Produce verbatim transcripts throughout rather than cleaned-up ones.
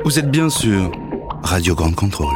Vous êtes bien sûr Radio Grande Contrôle.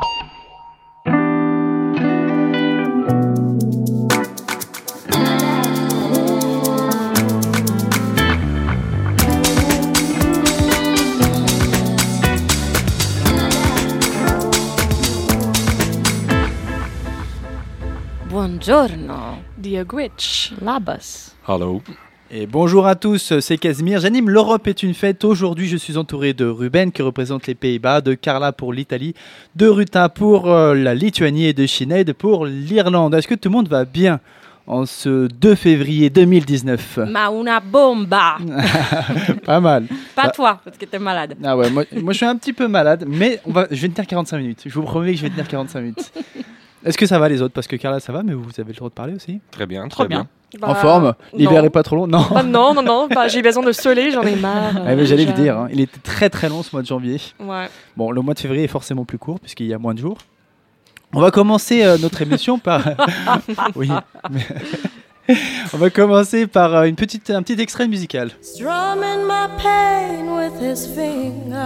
Buongiorno. Diagwitch. Labas. Hello. Et bonjour à tous, c'est Casimir, j'anime l'Europe est une fête. Aujourd'hui je suis entouré de Ruben qui représente les Pays-Bas, de Carla pour l'Italie, de Ruta pour euh, la Lituanie et de Sinead pour l'Irlande. Est-ce que tout le monde va bien en ce deux février deux mille dix-neuf? Ma una bomba. Pas mal. Pas bah, toi, parce que t'es malade. Ah ouais, moi, moi je suis un petit peu malade, mais on va, je vais tenir quarante-cinq minutes. Je vous promets que je vais tenir quarante-cinq minutes. Est-ce que ça va les autres? Parce que Carla ça va, mais vous avez le droit de parler aussi. Très bien, Trop très bien. bien. Bah, En forme? L'hiver non. est pas trop long? Non. Bah, non, non, non. Bah, j'ai besoin de soleil, j'en ai marre. Ouais, mais j'allais déjà. le dire, hein. Il était très très long ce mois de janvier. Ouais. Bon, le mois de février est forcément plus court puisqu'il y a moins de jours. On va commencer euh, notre émission par... oui. mais- On va commencer par euh, une petite, un petit extrait musical. Strumming my pain with his fingers,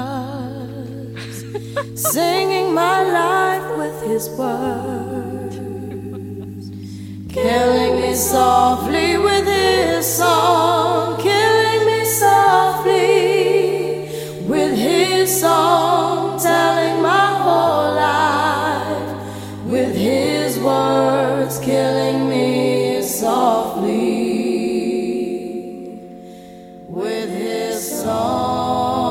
singing my life with his words, killing me softly with his song, killing me softly with his song, telling my whole life with his words, killing me softly with his song.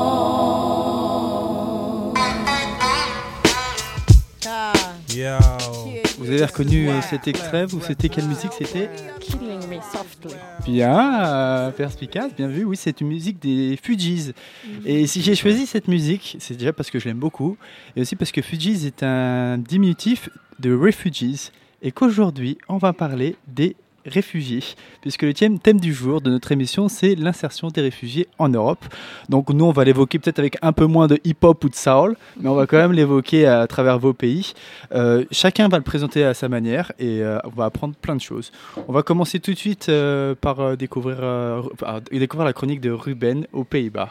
Vous avez reconnu euh, cet extrait? Vous c'était quelle musique c'était? Killing me softly. Bien, euh, perspicace, bien vu. Oui, c'est une musique des Fugees. Et si j'ai choisi cette musique, c'est déjà parce que je l'aime beaucoup, et aussi parce que Fugees est un diminutif de Refugees, et qu'aujourd'hui, on va parler des réfugiés, puisque le thème, thème du jour de notre émission, c'est l'insertion des réfugiés en Europe. Donc nous, on va l'évoquer peut-être avec un peu moins de hip-hop ou de soul, mais on va quand même l'évoquer à travers vos pays. Euh, chacun va le présenter à sa manière, et euh, on va apprendre plein de choses. On va commencer tout de suite euh, par euh, découvrir, euh, par découvrir la chronique de Ruben aux Pays-Bas.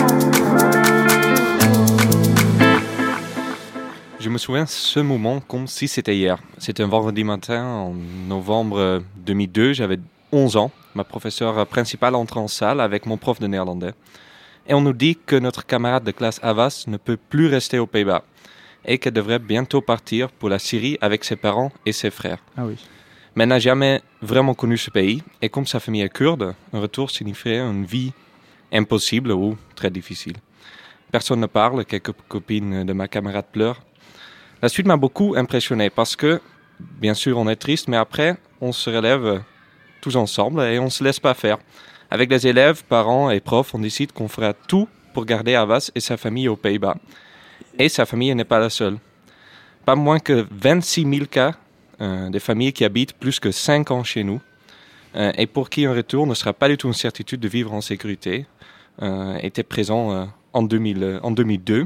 Je me souviens de ce moment comme si c'était hier. C'était un vendredi matin en novembre deux mille deux, j'avais onze ans. Ma professeure principale entre en salle avec mon prof de néerlandais. Et on nous dit que notre camarade de classe Havas ne peut plus rester aux Pays-Bas et qu'elle devrait bientôt partir pour la Syrie avec ses parents et ses frères. Ah oui. Mais elle n'a jamais vraiment connu ce pays et comme sa famille est kurde, un retour signifierait une vie impossible ou très difficile. Personne ne parle, quelques copines de ma camarade pleurent. La suite m'a beaucoup impressionné parce que, bien sûr, on est triste, mais après, on se relève tous ensemble et on ne se laisse pas faire. Avec les élèves, parents et profs, on décide qu'on fera tout pour garder Havas et sa famille aux Pays-Bas. Et sa famille n'est pas la seule. Pas moins que vingt-six mille cas euh, de familles qui habitent plus que cinq ans chez nous euh, et pour qui un retour ne sera pas du tout une certitude de vivre en sécurité, euh, était présent euh, en, deux mille, euh, en deux mille deux.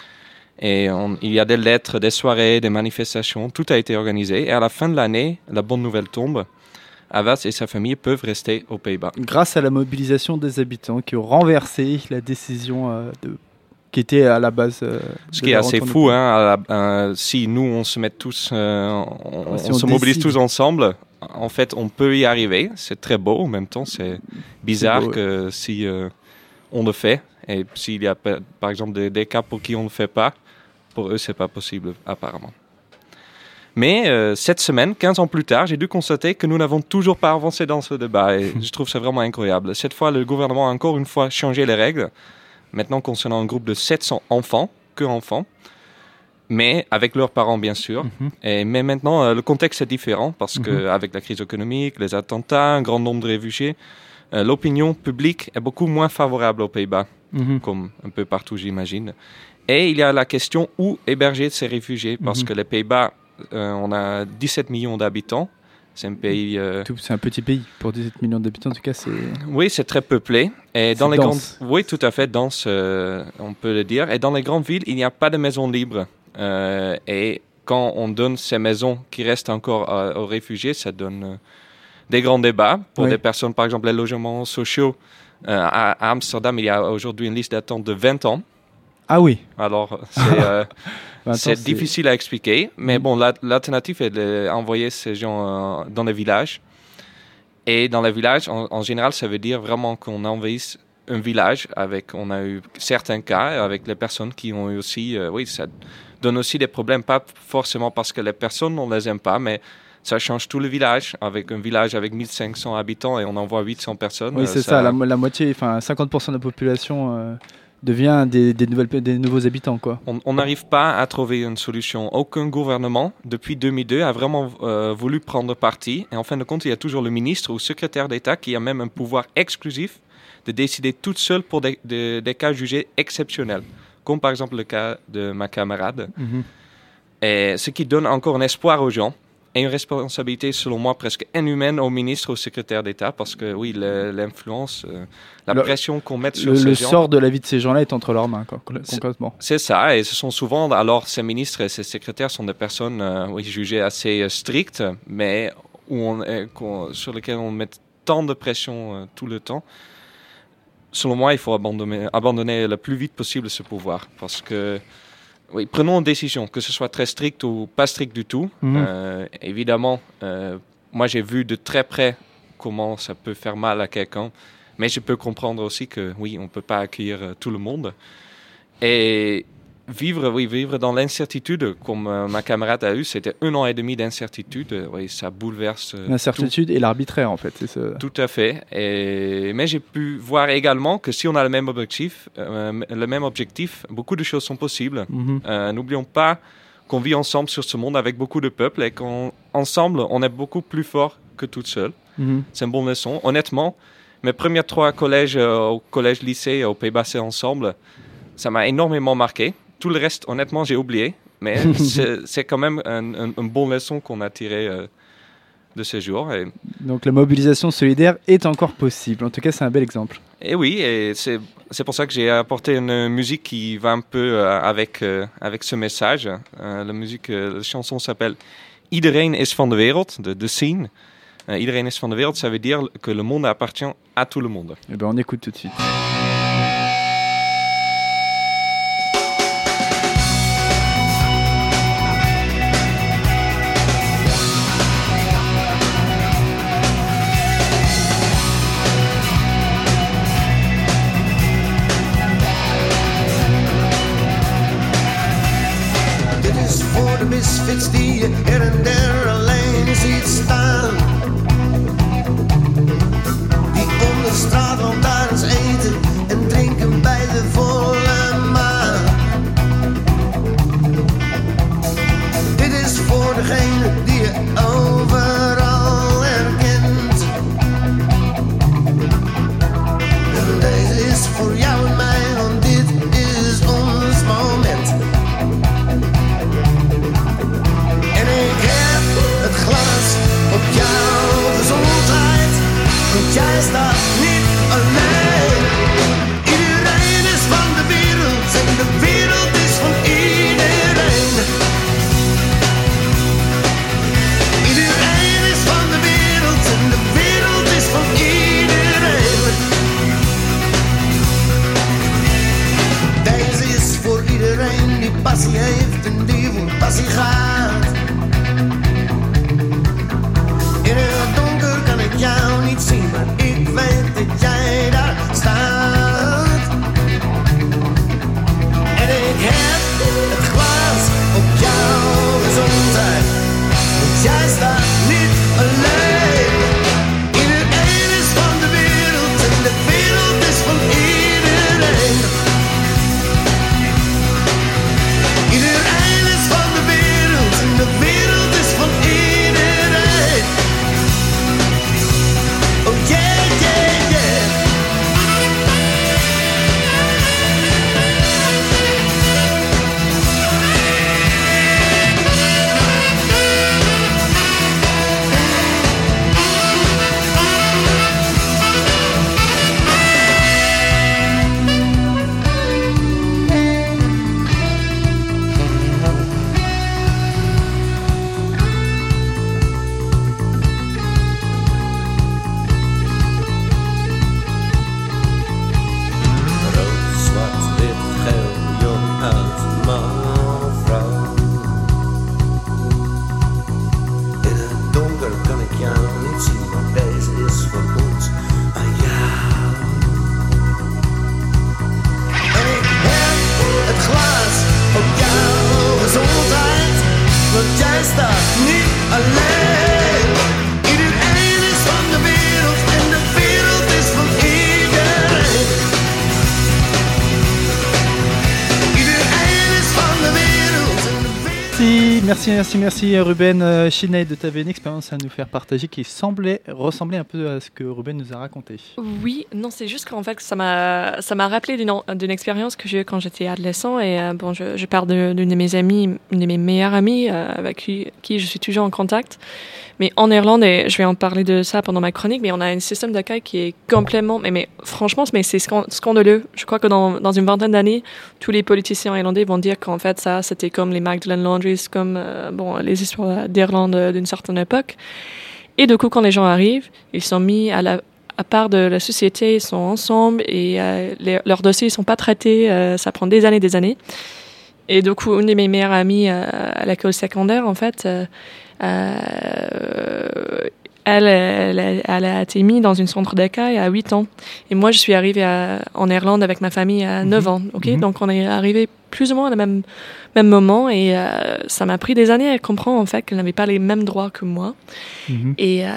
Et on, il y a des lettres, des soirées, des manifestations, tout a été organisé. Et à la fin de l'année, la bonne nouvelle tombe. Havas et sa famille peuvent rester aux Pays-Bas. Grâce à la mobilisation des habitants qui ont renversé la décision euh, de... qui était à la base. Euh, Ce qui est assez fou, hein, à la, euh, si nous on se met tous, euh, on, si on on se mobilise décide. tous ensemble, en fait on peut y arriver. C'est très beau, en même temps c'est bizarre C'est beau, que si euh, on le fait, et s'il y a par exemple des, des cas pour qui on ne le fait pas, pour eux c'est pas possible apparemment. Mais euh, cette semaine, quinze ans plus tard, j'ai dû constater que nous n'avons toujours pas avancé dans ce débat et je trouve ça vraiment incroyable. Cette fois, le gouvernement a encore une fois changé les règles. Maintenant, concernant un groupe de sept cents enfants, que enfants, mais avec leurs parents, bien sûr. Mm-hmm. Et, mais maintenant, euh, le contexte est différent parce Mm-hmm. qu'avec la crise économique, les attentats, un grand nombre de réfugiés, euh, l'opinion publique est beaucoup moins favorable aux Pays-Bas, Mm-hmm. comme un peu partout, j'imagine. Et il y a la question où héberger ces réfugiés parce Mm-hmm. que les Pays-Bas, euh, on a dix-sept millions d'habitants. C'est un pays... Euh... Tout, c'est un petit pays. Pour dix-sept millions d'habitants, en tout cas, c'est... Oui, c'est très peuplé. Et dans C'est les dense. grandes... Oui, tout à fait, dense, euh, on peut le dire. Et dans les grandes villes, il n'y a pas de maisons libres. Euh, et quand on donne ces maisons qui restent encore euh, aux réfugiés, ça donne euh, des grands débats. Pour Oui. des personnes, par exemple, les logements sociaux, euh, à, à Amsterdam, il y a aujourd'hui une liste d'attente de vingt ans. Ah oui. Alors, c'est, euh, Attends, c'est difficile à expliquer. Mais bon, la, l'alternative est d'envoyer ces gens euh, dans les villages. Et dans les villages, en, en général, ça veut dire vraiment qu'on envahisse un village. Avec, on a eu certains cas avec les personnes qui ont eu aussi... Euh, oui, ça donne aussi des problèmes. Pas forcément parce que les personnes, on ne les aime pas, mais... Ça change tout le village, avec un village avec mille cinq cents habitants et on envoie huit cents personnes. Oui, c'est ça, ça la, la moitié, enfin cinquante pour cent de la population euh, devient des, des, nouvelles, des nouveaux habitants, quoi. On n'arrive pas à trouver une solution. Aucun gouvernement, depuis deux mille deux, a vraiment euh, voulu prendre parti. Et en fin de compte, il y a toujours le ministre ou secrétaire d'État qui a même un pouvoir exclusif de décider toute seule pour des, des, des cas jugés exceptionnels, comme par exemple le cas de ma camarade. Mm-hmm. Et ce qui donne encore un espoir aux gens. Et une responsabilité, selon moi, presque inhumaine au ministre, au secrétaire d'État, parce que oui, le, l'influence, euh, la le, pression qu'on met sur le, ces le gens... Le sort de la vie de ces gens-là est entre leurs mains, quoi, concrètement. C'est, c'est ça, et ce sont souvent, alors ces ministres et ces secrétaires sont des personnes euh, oui, jugées assez euh, strictes, mais où on, euh, sur lesquelles on met tant de pression euh, tout le temps. Selon moi, il faut abandonner, abandonner le plus vite possible ce pouvoir, parce que... Oui, prenons une décision, que ce soit très strict ou pas strict du tout. Mmh. Euh, évidemment, euh, moi j'ai vu de très près comment ça peut faire mal à quelqu'un, mais je peux comprendre aussi que oui, on ne peut pas accueillir euh, tout le monde. Et vivre, oui, vivre dans l'incertitude, comme euh, ma camarade a eu, c'était un an et demi d'incertitude. Euh, oui, ça bouleverse. Euh, L'incertitude tout. Et l'arbitraire, en fait. C'est ce... Tout à fait. Et... Mais j'ai pu voir également que si on a le même objectif, euh, le même objectif, beaucoup de choses sont possibles. Mm-hmm. Euh, n'oublions pas qu'on vit ensemble sur ce monde avec beaucoup de peuples et qu'ensemble, on est beaucoup plus fort que toute seule. Mm-hmm. C'est une bonne leçon. Honnêtement, mes premiers trois collèges, euh, au collège-lycée au Pays Basset ensemble, ça m'a énormément marqué. Tout le reste, honnêtement, j'ai oublié. Mais c'est, c'est quand même une un, un bonne leçon qu'on a tirée euh, de ces jours. Et... Donc la mobilisation solidaire est encore possible. En tout cas, c'est un bel exemple. Et oui, et c'est, c'est pour ça que j'ai apporté une musique qui va un peu euh, avec, euh, avec ce message. Euh, la musique, euh, la chanson s'appelle « Iedereen is van de wereld », de The Scene. Uh, « Iedereen is van de wereld », ça veut dire que le monde appartient à tout le monde. Eh bien, on écoute tout de suite. Misfits die je her en der alleen ziet staan. Die om de straatlantaarns eten en drinken bij de volle maan. Dit is voor degene die je overal herkent. En deze is voor jou en mij, want dit is ons moment. Het glas op jouw gezondheid, want jij staat niet alleen. Iedereen is van de wereld en de wereld is van iedereen. Iedereen is van de wereld en de wereld is van iedereen. Deze is voor iedereen die passie heeft en die voor passie gaat. In het donker kan ik jou niet zien, maar ik weet dat jij daar staat. En ik heb het glas op jouw gezondheid, want jij staat niet alleen. Iedereen is van de wereld en de wereld is van iedereen. Iedereen is van de wereld. want jij staat niet alleen. Iedereen is van de wereld en de wereld is van iedereen. Iedereen is van de wereld en de wereld. Merci, merci, merci, merci Ruben euh, Sinead, tu avais une expérience à nous faire partager qui semblait ressembler un peu à ce que Ruben nous a raconté. Oui, non, c'est juste qu'en fait, ça m'a, ça m'a rappelé d'une, d'une expérience que j'ai eue quand j'étais adolescent. Et euh, bon, je, je parle de, d'une de mes amies, une de mes meilleures amies, euh, avec qui, qui je suis toujours en contact. Mais en Irlande, et je vais en parler de ça pendant ma chronique, mais on a un système d'accueil qui est complètement... Mais, mais franchement, mais c'est scandaleux. Je crois que dans, dans une vingtaine d'années, tous les politiciens irlandais vont dire qu'en fait, ça, c'était comme les Magdalen Laundries, comme euh, bon, les histoires d'Irlande d'une certaine époque. Et du coup, quand les gens arrivent, ils sont mis à la... à part de la société, ils sont ensemble et euh, les, leurs dossiers ne sont pas traités. Euh, ça prend des années, des années. Et du coup, une de mes meilleures amies euh, à l'école secondaire, en fait, euh, euh, elle, elle, elle a été mise dans un centre d'accueil à huit ans. Et moi, je suis arrivée à, en Irlande avec ma famille à Mhm. neuf ans. Okay? Mhm. Donc, on est arrivés plus ou moins au même, même moment. Et euh, ça m'a pris des années à comprendre, en fait, qu'elle n'avait pas les mêmes droits que moi. Mhm. Et... Euh,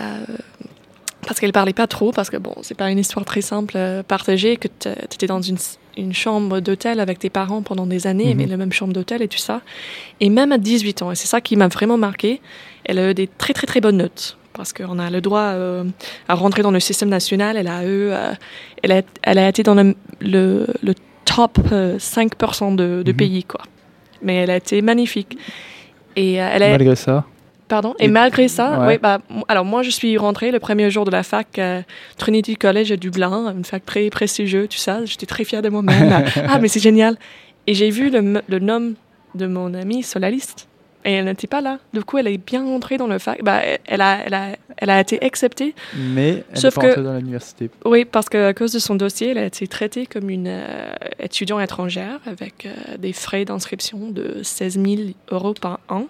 parce qu'elle parlait pas trop, parce que bon, c'est pas une histoire très simple euh, partagée, que tu étais dans une, une chambre d'hôtel avec tes parents pendant des années, Mhm. mais la même chambre d'hôtel et tout ça. Et même à dix-huit ans, et c'est ça qui m'a vraiment marqué, elle a eu des très très très bonnes notes. Parce qu'on a le droit euh, à rentrer dans le système national. Elle a eu, euh, elle a, elle a été dans le, le, le top euh, cinq pour cent de, de Mhm. pays, quoi. Mais elle a été magnifique. Et euh, elle a, Malgré ça. Pardon. Et, Et- malgré ça, ouais. oui, bah, m- alors moi je suis rentrée le premier jour de la fac à Trinity College à Dublin, une fac très prestigieuse, tout ça. J'étais très fière de moi-même. Ah, mais c'est génial. Et j'ai vu le, m- le nom de mon amie sur la liste. Et elle n'était pas là. Du coup, elle est bien rentrée dans le fac. Bah, elle a, elle a, elle a été acceptée. Mais elle n'est Sauf pas que- rentrée dans l'université. Oui, parce qu'à cause de son dossier, elle a été traitée comme une euh, étudiante étrangère avec euh, des frais d'inscription de seize mille euros par an.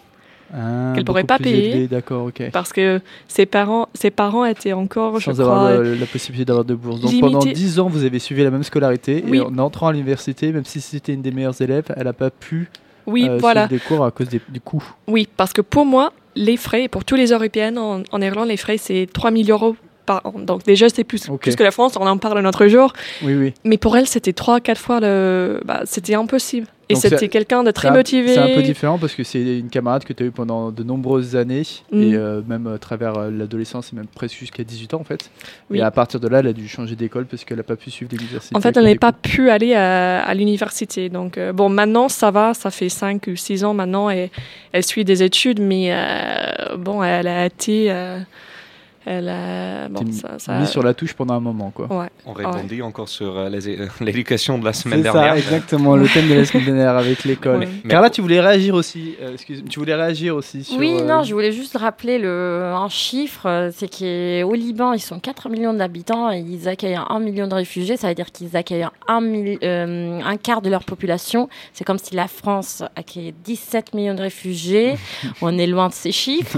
Ah, Qu'elle pourrait beaucoup pas plus payer. élevé, d'accord, ok. Parce que ses parents, ses parents étaient encore, je Sans avoir crois... le- la possibilité d'avoir de bourse. Donc limité. pendant dix ans, vous avez suivi la même scolarité. Oui. Et en entrant à l'université, même si c'était une des meilleures élèves, elle n'a pas pu Oui, euh, voilà. suivre des cours à cause des, du coût. Oui, parce que pour moi, les frais, et pour tous les Européennes en, en Irlande, les frais, c'est trois mille euros par an. Donc déjà, c'est plus, Ok. plus que la France, on en parle un autre jour. Oui, oui. Mais pour elle, c'était trois, quatre fois le... Bah, c'était impossible. Et Donc c'était c'est- quelqu'un de très C'est un- motivé. C'est un peu différent parce que c'est une camarade que tu as eue pendant de nombreuses années Mm. et euh, même à travers euh, l'adolescence et même presque jusqu'à dix-huit ans en fait. Oui. Et à partir de là, elle a dû changer d'école parce qu'elle n'a pas pu suivre l'université. En fait, avec elle les n'est pas coûts. pu aller à, à l'université. Donc, euh, bon, maintenant, ça va, ça fait cinq ou six ans maintenant, et elle suit des études, mais euh, bon, elle a été... euh, elle a... Bon, T'es ça... ça mis sur la touche pendant un moment quoi. Ouais. On répondit encore sur euh, les é- l'éducation de la semaine C'est dernière. ça, exactement, le thème de la semaine dernière avec l'école. Ouais. Mais- Carla, tu voulais réagir aussi. euh, excuse, tu voulais réagir aussi sur. Oui, euh, non, je voulais juste rappeler le, un chiffre, euh, c'est qu'au Liban, ils sont quatre millions d'habitants et ils accueillent un million de réfugiés, ça veut dire qu'ils accueillent un, mille- euh, un quart de leur population. C'est comme si la France accueillait dix-sept millions de réfugiés, on est loin de ces chiffres.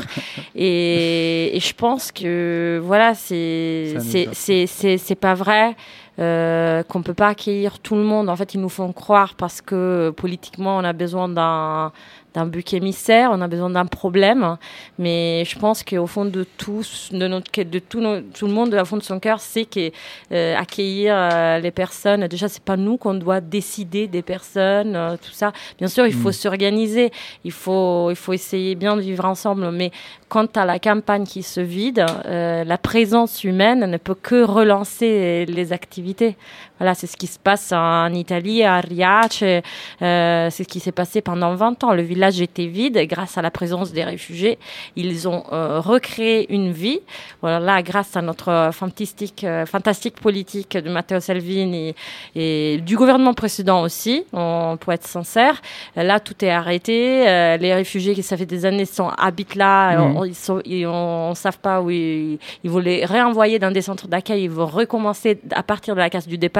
Et, et je pense que, voilà, c'est Ça nous c'est- a- c'est- c'est- c'est pas vrai. Euh, qu'on peut pas accueillir tout le monde. En fait, ils nous font croire parce que euh, politiquement, on a besoin d'un d'un bouc émissaire, on a besoin d'un problème. Mais je pense qu'au fond de tous, de notre, de tout, nos- tout le monde, au fond de son cœur, c'est que euh, accueillir euh, les personnes. Déjà, c'est pas nous qu'on doit décider des personnes, euh, tout ça. Bien sûr, il faut Mm. s'organiser, il faut, il faut essayer bien de vivre ensemble. Mais quant à la campagne qui se vide, euh, la présence humaine ne peut que relancer les activités. Voilà, c'est ce qui se passe en Italie, à Riace. Euh, c'est ce qui s'est passé pendant vingt ans. Le village était vide et grâce à la présence des réfugiés, ils ont euh, recréé une vie. Voilà, là, grâce à notre fantastique, euh, fantastique politique de Matteo Salvini et, et du gouvernement précédent aussi, on peut être sincère. Là, tout est arrêté. Euh, les réfugiés qui, ça fait des années, sont, habitent là. Mhm. On, ils sont, ils, on ne savent pas où ils, ils vont les réenvoyer dans des centres d'accueil. Ils vont recommencer à partir de la case du départ.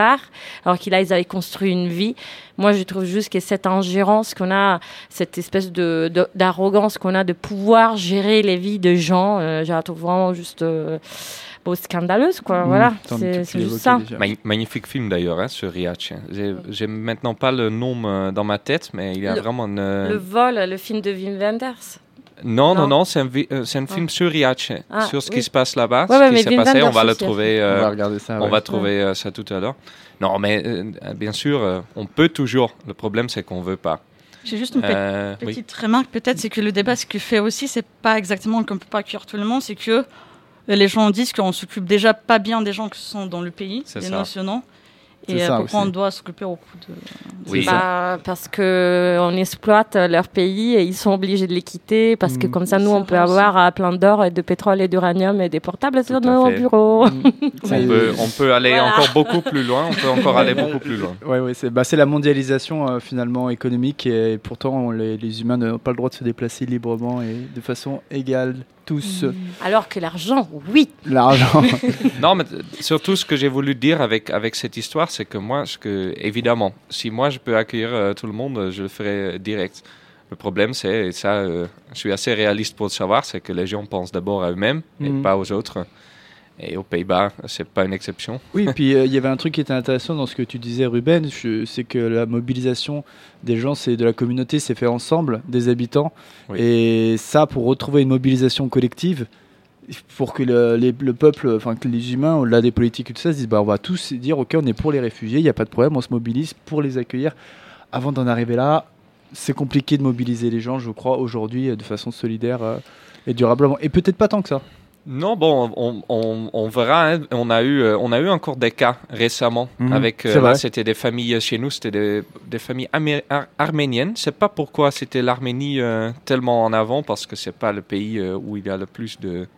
part, alors qu'ils ils avaient construit une vie. Moi, je trouve juste que cette ingérence qu'on a, cette espèce de, de, d'arrogance qu'on a de pouvoir gérer les vies de gens, euh, je la trouve vraiment juste euh, bon, scandaleuse, quoi. Mmh, voilà, c'est, c'est juste ça. Mag- magnifique film d'ailleurs, hein, ce Riace. J'ai, j'ai maintenant pas le nom euh, dans ma tête, mais il y a le, vraiment une... Euh... Le vol, le film de Wim Wenders. Non, non, non, non, c'est un, vi- euh, c'est un film ah. sur Riace, ah, sur ce oui. qui se passe là-bas, ouais, ce ouais, qui s'est Wim passé. Wenders on va le aussi, trouver. Euh, on va regarder ça. On ouais. va trouver ouais. euh, ça tout à l'heure. Non, mais euh, bien sûr, euh, on peut toujours. Le problème, c'est qu'on veut pas. J'ai juste une Euh, pe- oui. petite remarque, peut-être, c'est que le débat, ce que fait aussi, c'est pas exactement qu'on peut pas accueillir tout le monde, c'est que les gens disent qu'on s'occupe déjà pas bien des gens qui sont dans le pays, C'est des ça. nationaux. C'est Et ça euh, pourquoi aussi. on doit s'occuper au coup de... de Oui. ça. Bah, parce qu'on exploite leur pays et ils sont obligés de les quitter parce Mmh. que comme ça, nous, C'est on peut vrai aussi. avoir euh, plein d'or et de pétrole et d'uranium et des portables sur Tout à nos fait. bureaux. Mmh. On C'est- peut, on peut aller Voilà. encore beaucoup plus loin. On peut encore aller beaucoup plus loin. Ouais, ouais, c'est, bah, c'est la mondialisation euh, finalement économique et pourtant on- les, les humains n'ont pas le droit de se déplacer librement et de façon égale tous. Alors que l'argent, oui. L'argent. Non, mais t- surtout ce que j'ai voulu dire avec, avec cette histoire, c'est que moi, ce que, évidemment, si moi je peux accueillir euh, tout le monde, euh, je le ferai euh, direct. Le problème, c'est, et ça, euh, je suis assez réaliste pour le savoir, c'est que les gens pensent d'abord à eux-mêmes et Mhm. pas aux autres. Et aux Pays-Bas, c'est pas une exception. Oui, puis euh, il y avait un truc qui était intéressant dans ce que tu disais, Ruben, je- c'est que la mobilisation des gens, c'est de la communauté, c'est fait ensemble, des habitants. Oui. Et ça, pour retrouver une mobilisation collective, pour que le, les- le peuple, enfin que les humains, au-delà des politiques et tout ça, se disent, bah, on va tous dire, ok, on est pour les réfugiés, il n'y a pas de problème, on se mobilise pour les accueillir. Avant d'en arriver là, c'est compliqué de mobiliser les gens, je crois, aujourd'hui, euh, de façon solidaire euh, et durablement. Et peut-être pas tant que ça. Non, bon, on, on, on verra. Hein. On, a eu, euh, on a eu encore des cas récemment. Mhm. Avec, euh, C'est là, vrai. c'était des familles euh, chez nous, c'était des, des familles amé- ar- arméniennes. Je sais pas pourquoi c'était l'Arménie euh, tellement en avant, parce que c'est pas le pays euh, où il y a le plus de,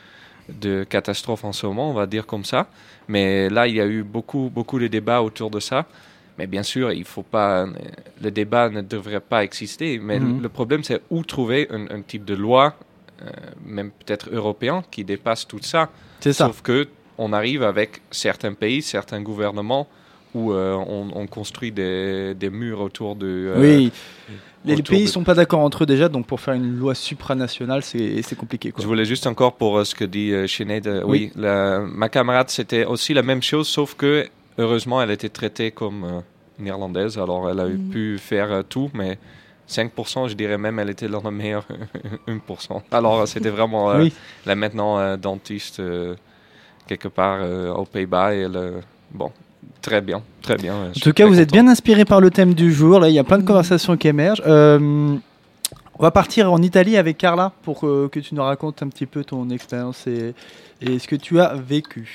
de catastrophes en ce moment, on va dire comme ça. Mais là, il y a eu beaucoup, beaucoup de débats autour de ça. Mais bien sûr, il faut pas. Le débat ne devrait pas exister. Mais Mhm. le, le problème, c'est où trouver un, un type de loi, euh, même peut-être européen, qui dépasse tout ça. C'est ça. Sauf que on arrive avec certains pays, certains gouvernements où euh, on, on construit des, des murs autour de. euh, Oui. Les, les autour pays de- sont pas d'accord entre eux déjà, donc pour faire une loi supranationale, c'est, c'est compliqué. Quoi. Je voulais juste encore pour euh, ce que dit euh, Sinead, euh, Oui. oui, la- ma camarade, c'était aussi la même chose, sauf que heureusement, elle était traitée comme euh, néerlandaise, alors elle a eu Mm. pu faire euh, tout, mais cinq pour cent, je dirais même, elle était dans le meilleur un pour cent. Alors, euh, c'était vraiment euh, Oui. là maintenant euh, dentiste euh, quelque part euh, aux Pays-Bas, et elle, euh, bon, très bien, très bien. euh, je En suis tout cas, très vous êtes content. bien inspiré par le thème du jour. Là, il y a plein de conversations qui émergent. Euh, on va partir en Italie avec Carla pour euh, que tu nous racontes un petit peu ton expérience et, et ce que tu as vécu.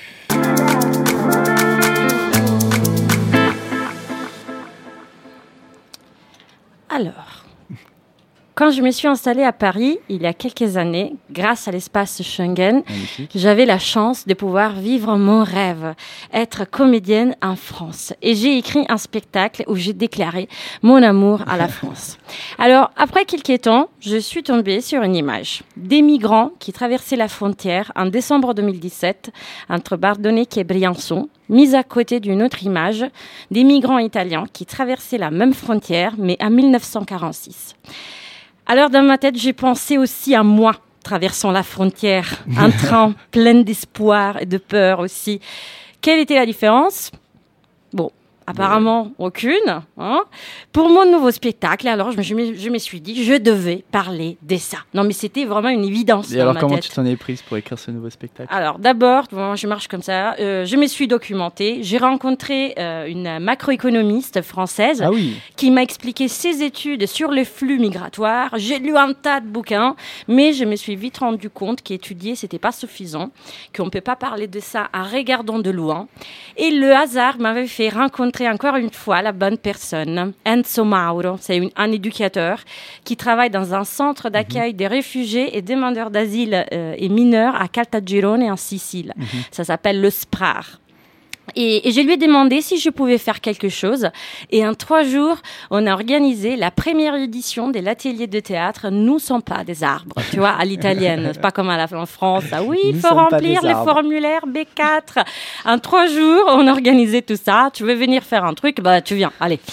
Alors, quand je me suis installée à Paris, il y a quelques années, grâce à l'espace Schengen, Magnifique. j'avais la chance de pouvoir vivre mon rêve, être comédienne en France. Et j'ai écrit un spectacle où j'ai déclaré mon amour à la France. Alors, après quelques temps, je suis tombée sur une image des migrants qui traversaient la frontière en décembre deux mille dix-sept entre Bardonnecchia et Briançon, mise à côté d'une autre image des migrants italiens qui traversaient la même frontière, mais en mille neuf cent quarante-six. Alors, dans ma tête, j'ai pensé aussi à moi, traversant la frontière, un train plein d'espoir et de peur aussi. Quelle était la différence ? Bon, apparemment, aucune. Hein. Pour mon nouveau spectacle, alors, je me, je me- je me suis dit, je devais parler de ça. Non, mais c'était vraiment une évidence Et dans alors, ma comment tête. tu t'en es prise pour écrire ce nouveau spectacle ? Alors, d'abord, bon, je marche comme ça. euh, je me suis documentée. J'ai rencontré euh, une macroéconomiste française Ah oui, qui m'a expliqué ses études sur le flux migratoire. J'ai lu un tas de bouquins, mais je me suis vite rendu compte qu'étudier, c'était pas suffisant, qu'on ne peut pas parler de ça en regardant de loin. Et le hasard m'avait fait rencontrer encore une fois la bonne personne, Enzo Mauro. C'est une- un éducateur qui travaille dans un centre d'accueil des réfugiés et demandeurs d'asile euh, et mineurs à Caltagirone en Sicile. Ça s'appelle le SPRAR. Et, et je lui ai demandé si je pouvais faire quelque chose. Et en trois jours, on a organisé la première édition de l'atelier de théâtre. Nous ne sommes pas des arbres, tu vois, à l'italienne. C'est pas comme à la, en France. Ah oui, il Nous faut sommes pas remplir des le arbres. formulaire B quatre. En trois jours, on a organisé tout ça. Tu veux venir faire un truc? Bah, tu viens. Allez.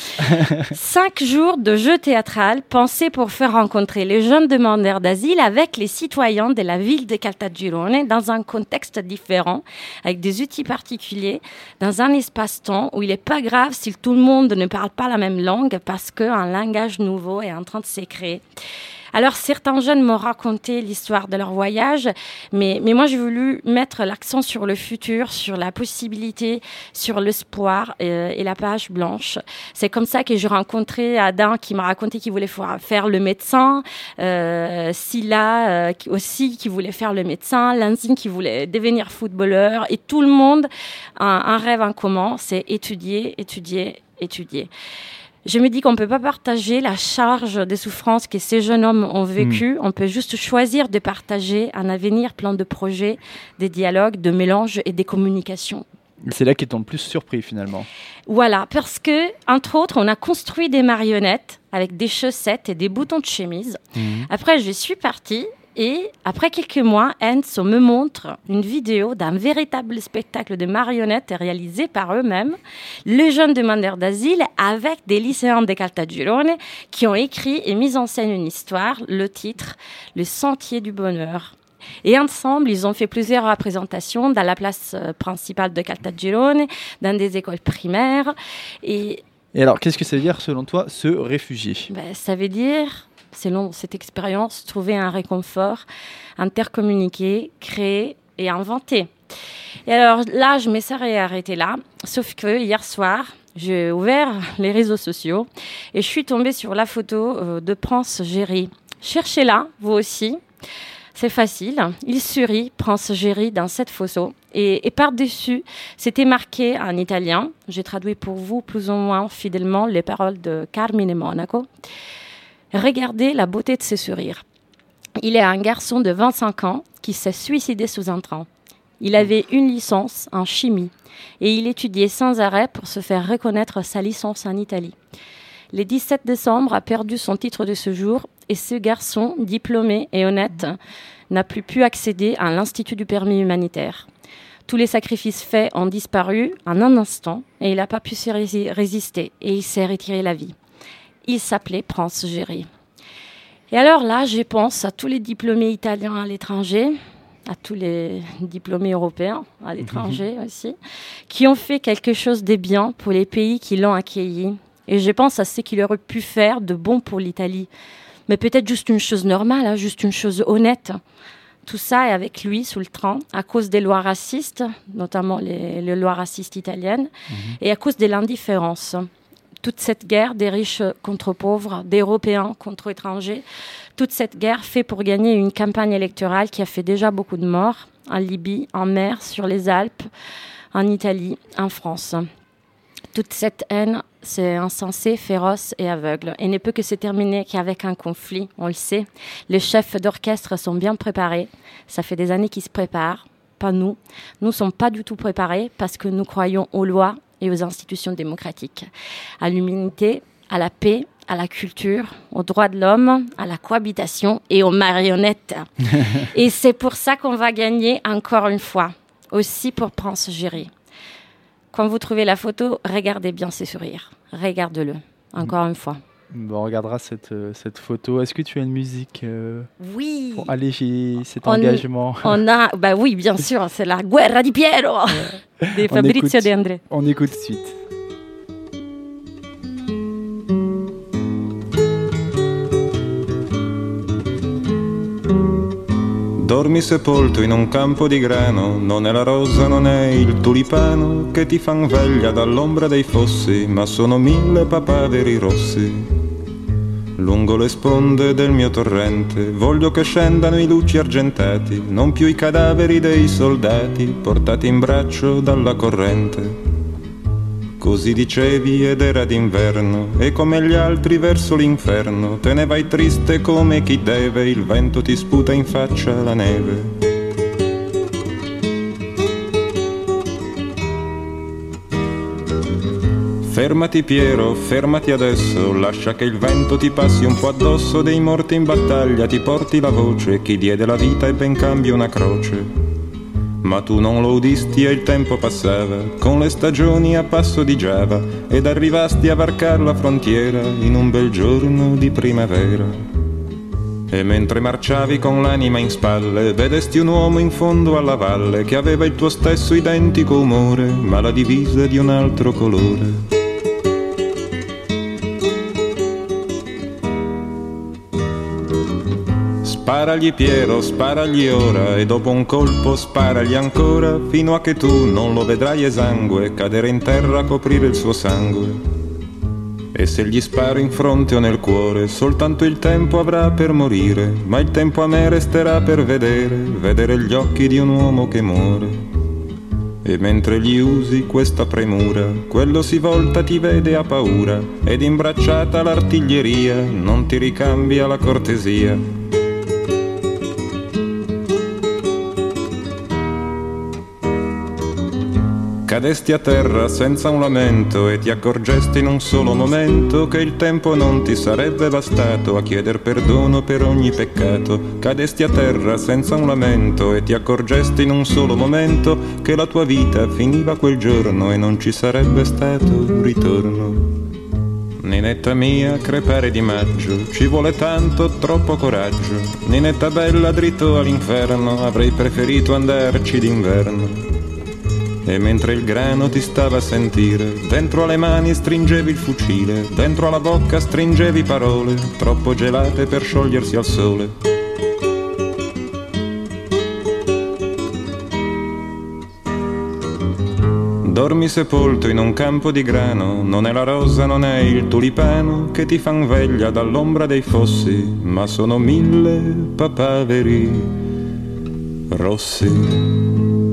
Cinq jours de jeu théâtral pensés pour faire rencontrer les jeunes demandeurs d'asile avec les citoyens de la ville de Caltagirone dans un contexte différent, avec des outils particuliers, dans un espace-temps où il n'est pas grave si tout le monde ne parle pas la même langue parce qu'un langage nouveau est en train de se créer. Alors, certains jeunes m'ont raconté l'histoire de leur voyage, mais, mais moi, j'ai voulu mettre l'accent sur le futur, sur la possibilité, sur l'espoir euh, et la page blanche. C'est comme ça que j'ai rencontré Adam qui m'a raconté qu'il voulait faire le médecin, euh, Silla euh, qui, aussi qui voulait faire le médecin, Lanzine qui voulait devenir footballeur, et tout le monde a un, un rêve en commun, c'est étudier, étudier, étudier. Je me dis qu'on ne peut pas partager la charge des souffrances que ces jeunes hommes ont vécues. Mmh. On peut juste choisir de partager un avenir plein de projets, des dialogues, de mélanges et des communications. C'est là qu'ils t'ont le plus surpris finalement. Voilà, parce que, entre autres, on a construit des marionnettes avec des chaussettes et des boutons de chemise. Mmh. Après, je suis partie. Et après quelques mois, Enzo me montre une vidéo d'un véritable spectacle de marionnettes réalisé par eux-mêmes, les jeunes demandeurs d'asile, avec des lycéens de Caltagirone qui ont écrit et mis en scène une histoire, le titre « Le sentier du bonheur ». Et ensemble, ils ont fait plusieurs représentations dans la place principale de Caltagirone, dans des écoles primaires. Et, et alors, qu'est-ce que ça veut dire selon toi, se réfugier? Ben, ça veut dire... selon cette expérience, trouver un réconfort, intercommuniquer, créer et inventer. Et alors là, je me serais arrêtée là, sauf que hier soir, j'ai ouvert les réseaux sociaux et je suis tombée sur la photo euh, de Prince Géry. Cherchez-la, vous aussi. C'est facile. Il sourit, Prince Géry, dans cette photo. Et, et par-dessus, c'était marqué en italien. J'ai traduit pour vous plus ou moins fidèlement les paroles de Carmine Monaco. Regardez la beauté de ses sourires. Il est un garçon de vingt-cinq ans qui s'est suicidé sous un train. Il avait une licence en chimie et il étudiait sans arrêt pour se faire reconnaître sa licence en Italie. Le dix-sept décembre a perdu son titre de séjour et ce garçon, diplômé et honnête, n'a plus pu accéder à l'Institut du permis humanitaire. Tous les sacrifices faits ont disparu en un instant et il n'a pas pu se rési- résister et il s'est retiré la vie. Il s'appelait Prince Géry. Et alors là, je pense à tous les diplômés italiens à l'étranger, à tous les diplômés européens à l'étranger mmh. aussi, qui ont fait quelque chose de bien pour les pays qui l'ont accueilli. Et je pense à ce qu'il aurait pu faire de bon pour l'Italie. Mais peut-être juste une chose normale, hein, juste une chose honnête. Tout ça est avec lui sous le train à cause des lois racistes, notamment les, les lois racistes italiennes, mmh. et à cause de l'indifférence. Toute cette guerre des riches contre pauvres, d'Européens contre étrangers, toute cette guerre faite pour gagner une campagne électorale qui a fait déjà beaucoup de morts en Libye, en mer, sur les Alpes, en Italie, en France. Toute cette haine, c'est insensé, féroce et aveugle et ne peut que se terminer qu'avec un conflit, on le sait. Les chefs d'orchestre sont bien préparés, ça fait des années qu'ils se préparent, pas nous. Nous ne sommes pas du tout préparés parce que nous croyons aux lois et aux institutions démocratiques, à l'humanité, à la paix, à la culture, aux droits de l'homme, à la cohabitation et aux marionnettes. Et c'est pour ça qu'on va gagner encore une fois, aussi pour Prince Géry. Quand vous trouvez la photo, regardez bien ses sourires. Regarde-le, encore une fois. Bon, on regardera cette, euh, cette photo. Est-ce que tu as une musique euh, oui. pour alléger cet on, engagement? On a, bah oui, bien sûr, c'est la Guerra di Piero de Fabrizio écoute, De André. On écoute tout de suite. Dormi sepolto in un campo di grano, non è la rosa, non è il tulipano che ti fan veglia dall'ombra dei fossi, ma sono mille papaveri rossi. Lungo le sponde del mio torrente voglio che scendano i luci argentati, non più i cadaveri dei soldati portati in braccio dalla corrente. Così dicevi ed era d'inverno e come gli altri verso l'inferno te ne vai triste come chi deve, il vento ti sputa in faccia la neve. Fermati Piero, fermati adesso, lascia che il vento ti passi un po' addosso, dei morti in battaglia ti porti la voce, chi diede la vita e ben cambia una croce. Ma tu non lo udisti e il tempo passava, con le stagioni a passo di Giava, ed arrivasti a varcar la frontiera in un bel giorno di primavera. E mentre marciavi con l'anima in spalle, vedesti un uomo in fondo alla valle, che aveva il tuo stesso identico umore, ma la divisa di un altro colore. Sparagli Piero, sparagli ora, e dopo un colpo sparagli ancora, fino a che tu non lo vedrai esangue, cadere in terra a coprire il suo sangue. E se gli sparo in fronte o nel cuore, soltanto il tempo avrà per morire, ma il tempo a me resterà per vedere, vedere gli occhi di un uomo che muore. E mentre gli usi questa premura, quello si volta, ti vede, ha paura, ed imbracciata l'artiglieria non ti ricambia la cortesia. Cadesti a terra senza un lamento e ti accorgesti in un solo momento che il tempo non ti sarebbe bastato a chieder perdono per ogni peccato. Cadesti a terra senza un lamento e ti accorgesti in un solo momento che la tua vita finiva quel giorno e non ci sarebbe stato un ritorno. Ninetta mia, crepare di maggio, ci vuole tanto, troppo coraggio. Ninetta bella, dritto all'inferno, avrei preferito andarci d'inverno. E mentre il grano ti stava a sentire, dentro alle mani stringevi il fucile, dentro alla bocca stringevi parole, troppo gelate per sciogliersi al sole. Dormi sepolto in un campo di grano, non è la rosa, non è il tulipano che ti fan veglia dall'ombra dei fossi, ma sono mille papaveri rossi.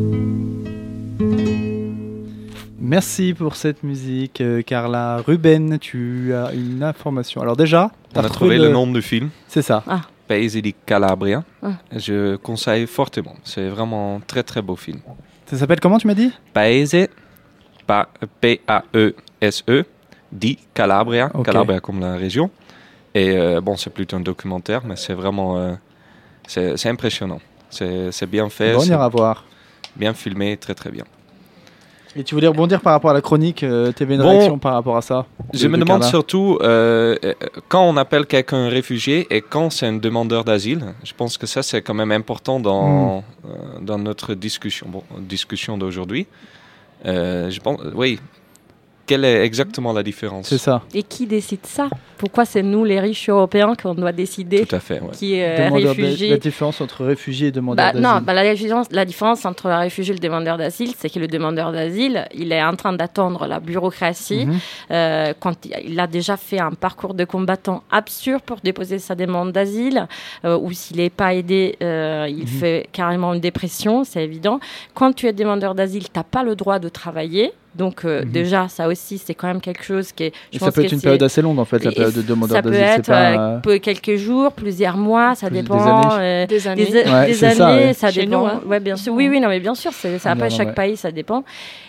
Merci pour cette musique, euh, Carla. Ruben, tu as une information. Alors déjà, on a trouvé le... le nom du film. C'est ça. Ah. Paesi di Calabria. Ah. Je conseille fortement. C'est vraiment un très très beau film. Ça s'appelle comment, tu m'as dit? Paese, P A E S E, di Calabria. Okay. Calabria comme la région. Et euh, bon, c'est plutôt un documentaire, mais c'est vraiment... Euh, c'est, c'est impressionnant. C'est, c'est bien fait. Bon, on ira voir. Bien filmé, très très bien. Et tu voulais rebondir par rapport à la chronique, euh, tu avais une bon, réaction par rapport à ça? Je de, me de demande Carla. surtout, euh, quand on appelle quelqu'un un réfugié et quand c'est un demandeur d'asile, je pense que ça c'est quand même important dans, mm. euh, dans notre discussion, bon, discussion d'aujourd'hui. Euh, je pense, oui, quelle est exactement la différence? C'est ça. Et qui décide ça? Pourquoi c'est nous, les riches européens, qu'on doit décider? Tout à fait, ouais. Qui est réfugié? La différence entre réfugié et demandeur bah, d'asile. Non, bah, la, différence, la différence entre le réfugié et le demandeur d'asile, c'est que le demandeur d'asile, il est en train d'attendre la bureaucratie. Mm-hmm. Euh, quand il a déjà fait un parcours de combattant absurde pour déposer sa demande d'asile, euh, ou s'il n'est pas aidé, euh, il mm-hmm. fait carrément une dépression, c'est évident. Quand tu es demandeur d'asile, tu n'as pas le droit de travailler. Donc euh, mmh. déjà, ça aussi, c'est quand même quelque chose qui est... Je Et pense ça peut que être une c'est... période assez longue, en fait, la période de demandeur d'asile. Ça peut c'est être pas... euh, quelques jours, plusieurs mois, ça Plus dépend. Des années. Euh, des années. Des, ouais, des c'est années, ça, ouais. ça Chez dépend. nous, hein. Ouais, bien sûr. Oui, oui, non, mais bien sûr, c'est, c'est après non, chaque ouais. pays, ça dépend.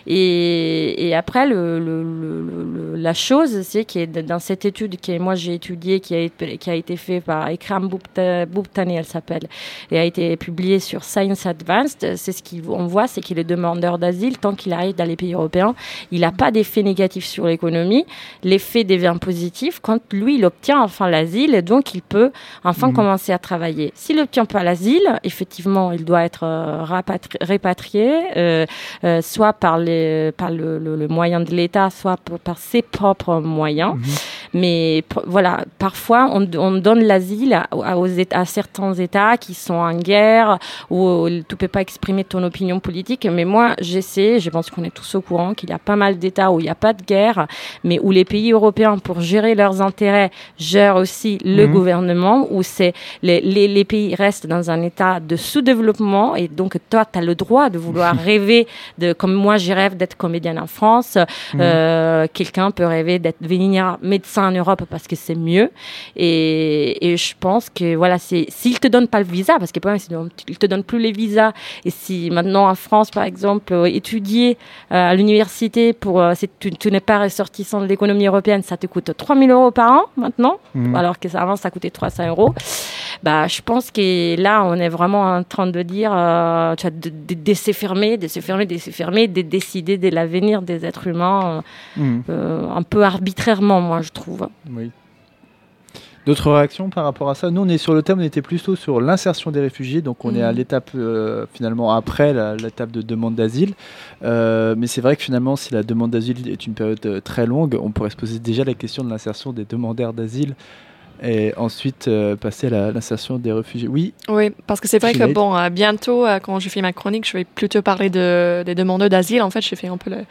Et, et après, le, le, le, le, la chose, c'est que dans cette étude que moi j'ai étudiée, qui a été, qui a été faite par Ikram Boubtani, elle s'appelle, et a été publiée sur Science Advanced, c'est ce qu'on voit, c'est que le demandeur d'asile, tant qu'il arrive dans les pays européens, il n'a pas d'effet négatif sur l'économie. L'effet devient positif quand lui, il obtient enfin l'asile, et donc il peut enfin mmh. commencer à travailler. S'il n'obtient pas l'asile, effectivement, il doit être euh, rapatri- répatrié, euh, euh, soit par, les, par le, le, le moyen de l'État, soit p- par ses propres moyens. Mmh. Mais p- voilà, parfois, on, on donne l'asile à, à, aux états, à certains États qui sont en guerre, où tu ne peux pas exprimer ton opinion politique. Mais moi, j'essaie, je pense qu'on est tous au courant, qu'il y a pas mal d'États où il n'y a pas de guerre, mais où les pays européens, pour gérer leurs intérêts, gèrent aussi le mmh. gouvernement, où c'est les, les, les pays restent dans un état de sous-développement, et donc toi, tu as le droit de vouloir rêver, de, comme moi, je rêve d'être comédienne en France, mmh. euh, quelqu'un peut rêver d'être devenir médecin en Europe parce que c'est mieux, et, et je pense que voilà, c'est, s'ils ne te donnent pas le visa, parce que le problème, c'est qu'ils ne te donnent plus les visas, et si maintenant en France, par exemple, étudier euh, à l'univers, l'université, pour, euh, si tu, tu n'es pas ressortissant de l'économie européenne, ça te coûte trois mille euros par an maintenant, mmh. alors qu'avant ça coûtait trois cents euros. Bah, je pense que là, on est vraiment en train de dire, euh, tu vois, de, de, de se fermer, de se fermer, de se fermer, de décider de l'avenir des êtres humains, euh, mmh. euh, un peu arbitrairement, moi, je trouve. Oui. D'autres réactions par rapport à ça? Nous, on est sur le thème, on était plutôt sur l'insertion des réfugiés, donc on mmh. est à l'étape, euh, finalement, après la, l'étape de demande d'asile. Euh, mais c'est vrai que finalement, si la demande d'asile est une période euh, très longue, on pourrait se poser déjà la question de l'insertion des demandeurs d'asile et ensuite euh, passer à la, l'insertion des réfugiés. Oui. Oui, parce que c'est vrai Juliette. que bon, euh, bientôt, euh, quand je fais ma chronique, je vais plutôt parler de, des demandeurs d'asile. En fait, j'ai fait un peu le,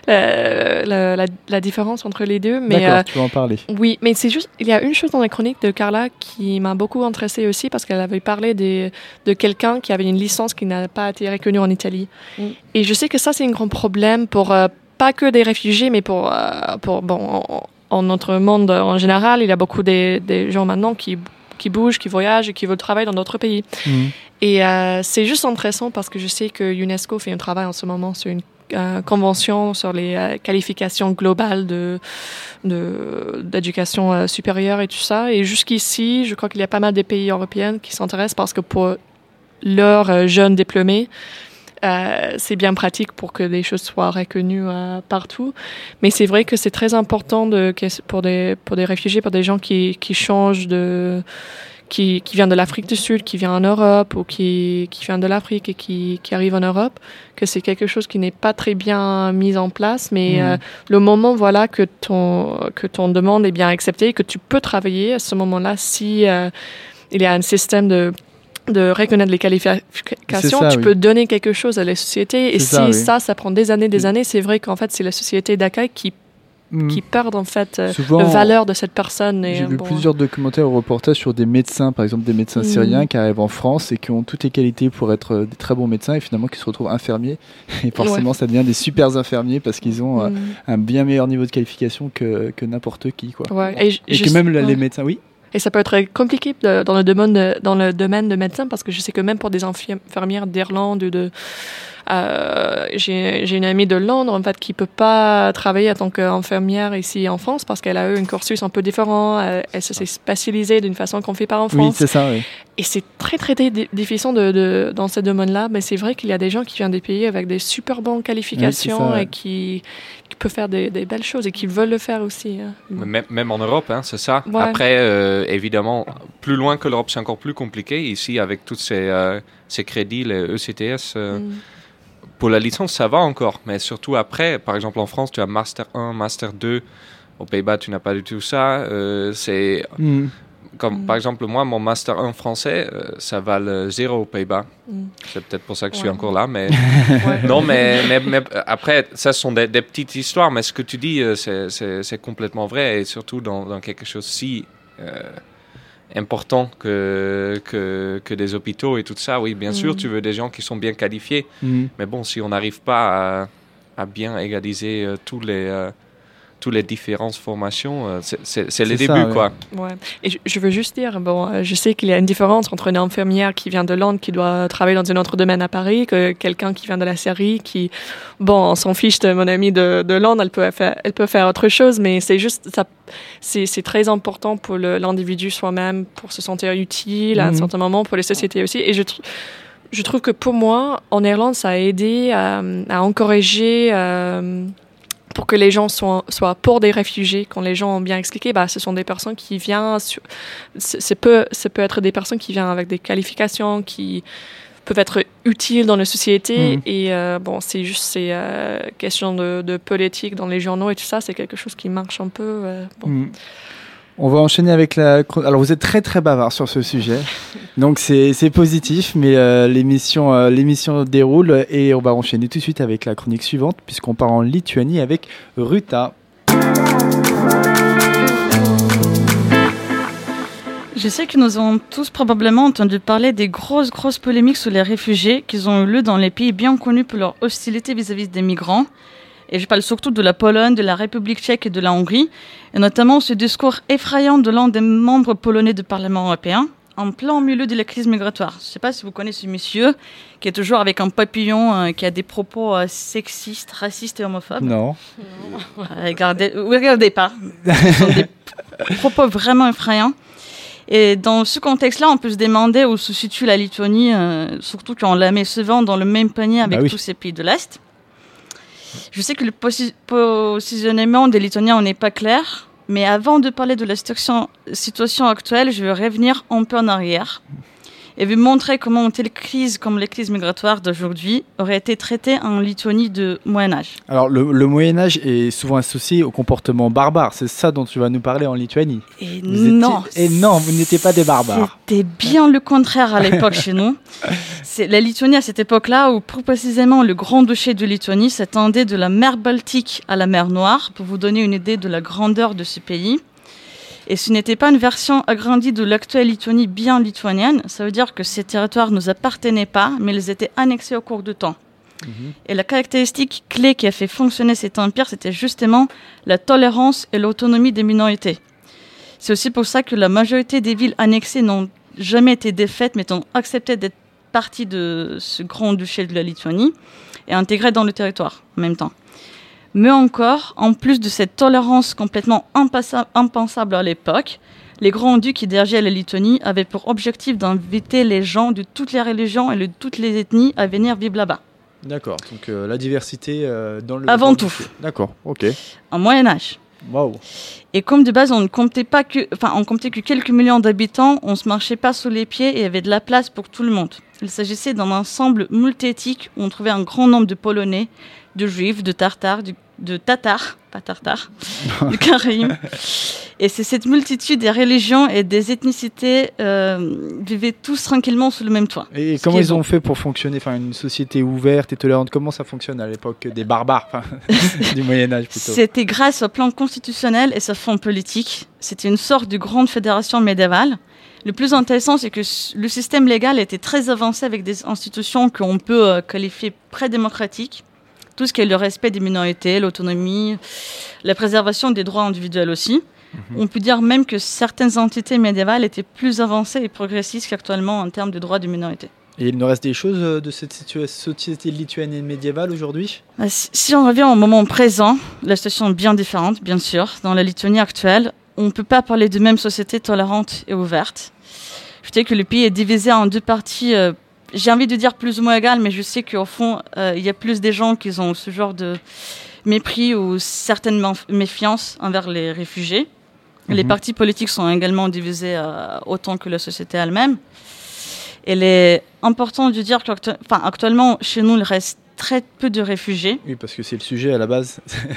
le, le, la, la différence entre les deux. Mais, D'accord, euh, tu vas en parler. Oui, mais c'est juste, il y a une chose dans la chronique de Carla qui m'a beaucoup intéressée aussi, parce qu'elle avait parlé des, de quelqu'un qui avait une licence qui n'a pas été reconnue en Italie. Mm. Et je sais que ça, c'est un grand problème pour euh, pas que des réfugiés, mais pour, euh, pour bon. En, En notre monde en général, il y a beaucoup de, de gens maintenant qui, qui bougent, qui voyagent et qui veulent travailler dans d'autres pays. Mmh. Et euh, c'est juste intéressant parce que je sais que UNESCO fait un travail en ce moment sur une euh, convention sur les euh, qualifications globales de, de, d'éducation euh, supérieure et tout ça. Et jusqu'ici, je crois qu'il y a pas mal de pays européens qui s'intéressent parce que pour leurs euh, jeunes diplômés, Euh, c'est bien pratique pour que les choses soient reconnues euh, partout. Mais c'est vrai que c'est très important de, pour, des, pour des réfugiés, pour des gens qui, qui changent de... Qui, qui viennent de l'Afrique du Sud, qui viennent en Europe ou qui, qui viennent de l'Afrique et qui, qui arrivent en Europe, que c'est quelque chose qui n'est pas très bien mis en place. Mais mmh. euh, le moment voilà, que, ton, que ton demande est bien acceptée, que tu peux travailler à ce moment-là si euh, il y a un système de... de reconnaître les qualifications, ça, tu oui. peux donner quelque chose à la société. Et c'est si ça, oui. ça, ça prend des années, des années, c'est vrai qu'en fait, c'est la société d'accueil qui, mmh. qui perd en fait Souvent, la valeur de cette personne. Et, j'ai vu bon, plusieurs documentaires ou reportages sur des médecins, par exemple des médecins mmh. syriens qui arrivent en France et qui ont toutes les qualités pour être des très bons médecins et finalement qui se retrouvent infirmiers. Et forcément, ouais. ça devient des super infirmiers parce qu'ils ont mmh. euh, un bien meilleur niveau de qualification que, que n'importe qui. Quoi. Ouais. Et, et je, que même ouais. les médecins, oui. Et ça peut être compliqué de, dans, le domaine de, dans le domaine de médecin parce que je sais que même pour des infirmières d'Irlande ou de... Euh, j'ai, j'ai une amie de Londres en fait qui peut pas travailler en tant qu'infirmière ici en France parce qu'elle a eu un cursus un peu différent, elle, elle s'est spécialisée d'une façon qu'on fait pas en France. Oui, c'est ça, oui. Et c'est très très, très difficile de, de, dans ce domaine-là, mais c'est vrai qu'il y a des gens qui viennent des pays avec des super bonnes qualifications oui, ça, ouais. et qui, qui peuvent faire des, des belles choses et qui veulent le faire aussi. Hein. Même, même en Europe, hein, c'est ça. Ouais. Après, euh, évidemment, plus loin que l'Europe, c'est encore plus compliqué. Ici, avec tous ces, euh, ces crédits, les E C T S, euh, mm. pour la licence, ça va encore. Mais surtout après, par exemple en France, tu as Master un, Master deux. Aux Pays-Bas, tu n'as pas du tout ça. Euh, c'est... Mm. Comme, mm. Par exemple, moi, mon Master un français, euh, ça vale zéro aux Pays-Bas. Mm. C'est peut-être pour ça que ouais. je suis encore là. Mais... ouais. Non, mais, mais, mais après, ça, ce sont des, des petites histoires. Mais ce que tu dis, c'est, c'est, c'est complètement vrai. Et surtout dans, dans quelque chose si euh, important que, que, que des hôpitaux et tout ça. Oui, bien mm. sûr, tu veux des gens qui sont bien qualifiés. Mm. Mais bon, si on n'arrive pas à, à bien égaliser euh, tous les... Euh, toutes les différentes formations, c'est, c'est, c'est les c'est débuts, ça, quoi. Ouais. Et je, je veux juste dire, bon, je sais qu'il y a une différence entre une infirmière qui vient de Londres, qui doit travailler dans un autre domaine à Paris, que quelqu'un qui vient de la Syrie, qui, bon, on s'en fiche de mon amie de, de Londres, elle peut faire, elle peut faire autre chose, mais c'est juste, ça, c'est, c'est très important pour le, l'individu soi-même, pour se sentir utile à mm-hmm. un certain moment, pour les sociétés aussi. Et je trouve, je trouve que pour moi, en Irlande, ça a aidé à, à encourager, euh, pour que les gens soient, soient pour des réfugiés. Quand les gens ont bien expliqué, bah, ce sont des personnes qui viennent, sur, c'est peut, ça peut être des personnes qui viennent avec des qualifications, qui peuvent être utiles dans la société. Mmh. Et euh, bon, c'est juste ces euh, questions de, de politique dans les journaux et tout ça, c'est quelque chose qui marche un peu. Euh, bon. Mmh. On va enchaîner avec la... Alors, vous êtes très, très bavard sur ce sujet. Donc, c'est, c'est positif, mais euh, l'émission, euh, l'émission déroule et on va enchaîner tout de suite avec la chronique suivante, puisqu'on part en Lituanie avec Ruta. Je sais que nous avons tous probablement entendu parler des grosses, grosses polémiques sur les réfugiés qui ont eu lieu dans les pays bien connus pour leur hostilité vis-à-vis des migrants. Et je parle surtout de la Pologne, de la République tchèque et de la Hongrie, et notamment ce discours effrayant de l'un des membres polonais du Parlement européen, en plein milieu de la crise migratoire. Je ne sais pas si vous connaissez ce monsieur qui est toujours avec un papillon, euh, qui a des propos euh, sexistes, racistes et homophobes. Non. Euh, regardez, euh, regardez pas. Ce sont des p- propos vraiment effrayants. Et dans ce contexte-là, on peut se demander où se situe la Lituanie, euh, surtout quand on la met souvent dans le même panier avec Bah oui. tous ces pays de l'Est. Je sais que le posi- positionnement des Lituaniens n'est pas clair, mais avant de parler de la situation, situation actuelle, je vais revenir un peu en arrière et vous montrer comment une telle crise comme les crises migratoires d'aujourd'hui aurait été traitée en Lituanie de Moyen-Âge. Alors, le, le Moyen-Âge est souvent associé au comportement barbare. C'est ça dont tu vas nous parler en Lituanie. Et Vous non, étiez- Et non, vous n'étiez pas des barbares. c'était bien le contraire à l'époque chez nous. C'est la Lituanie à cette époque-là où, plus précisément, le Grand-Duché de Lituanie s'étendait de la mer Baltique à la mer Noire, pour vous donner une idée de la grandeur de ce pays. Et ce n'était pas une version agrandie de l'actuelle Lituanie bien lituanienne. Ça veut dire que ces territoires ne nous appartenaient pas, mais ils étaient annexés au cours du temps. Et la caractéristique clé qui a fait fonctionner cet empire, c'était justement la tolérance et l'autonomie des minorités. C'est aussi pour ça que la majorité des villes annexées n'ont jamais été défaites, mais ont accepté d'être partie de ce grand-duché de la Lituanie et intégrées dans le territoire en même temps. Mais encore, en plus de cette tolérance complètement impassa- impensable à l'époque, les grands-ducs qui dirigeaient la Lituanie avaient pour objectif d'inviter les gens de toutes les religions et de toutes les ethnies à venir vivre là-bas. D'accord, donc euh, la diversité euh, dans le... Avant dans le tout. dossier. D'accord, ok. En Moyen-Âge. Waouh. Et comme de base, on ne comptait pas que, enfin, on comptait que quelques millions d'habitants, on se marchait pas sous les pieds et il y avait de la place pour tout le monde. Il s'agissait d'un ensemble multiéthique où on trouvait un grand nombre de Polonais, de Juifs, de Tartares, de, de Tatars, pas Tartares, de Caraïbes. Et c'est cette multitude des religions et des ethnicités euh, vivaient tous tranquillement sous le même toit. Et Ce comment qui est ils ont bon. fait pour fonctionner, enfin une société ouverte et tolérante, comment ça fonctionne à l'époque des barbares, enfin, du Moyen-Âge plutôt? C'était grâce au plan constitutionnel et sa forme politique. C'était une sorte de grande fédération médiévale. Le plus intéressant, c'est que le système légal était très avancé avec des institutions qu'on peut euh, qualifier pré-démocratiques. Tout ce qui est le respect des minorités, l'autonomie, la préservation des droits individuels aussi. Mm-hmm. On peut dire même que certaines entités médiévales étaient plus avancées et progressistes qu'actuellement en termes de droits des minorités. Et il nous reste des choses de cette situa- société lituanienne médiévale aujourd'hui? Si, si on revient au moment présent, la situation est bien différente, bien sûr. Dans la Lituanie actuelle, on ne peut pas parler de même société tolérante et ouverte. Je sais que le pays est divisé en deux parties, euh, j'ai envie de dire plus ou moins égales, mais je sais qu'au fond, euh, il y a plus des gens qui ont ce genre de mépris ou certaines méfiances envers les réfugiés. Mm-hmm. Les partis politiques sont également divisés euh, autant que la société elle-même. Et il est important de dire qu'actuellement, chez nous, il reste très peu de réfugiés. Oui, parce que c'est le sujet à la base.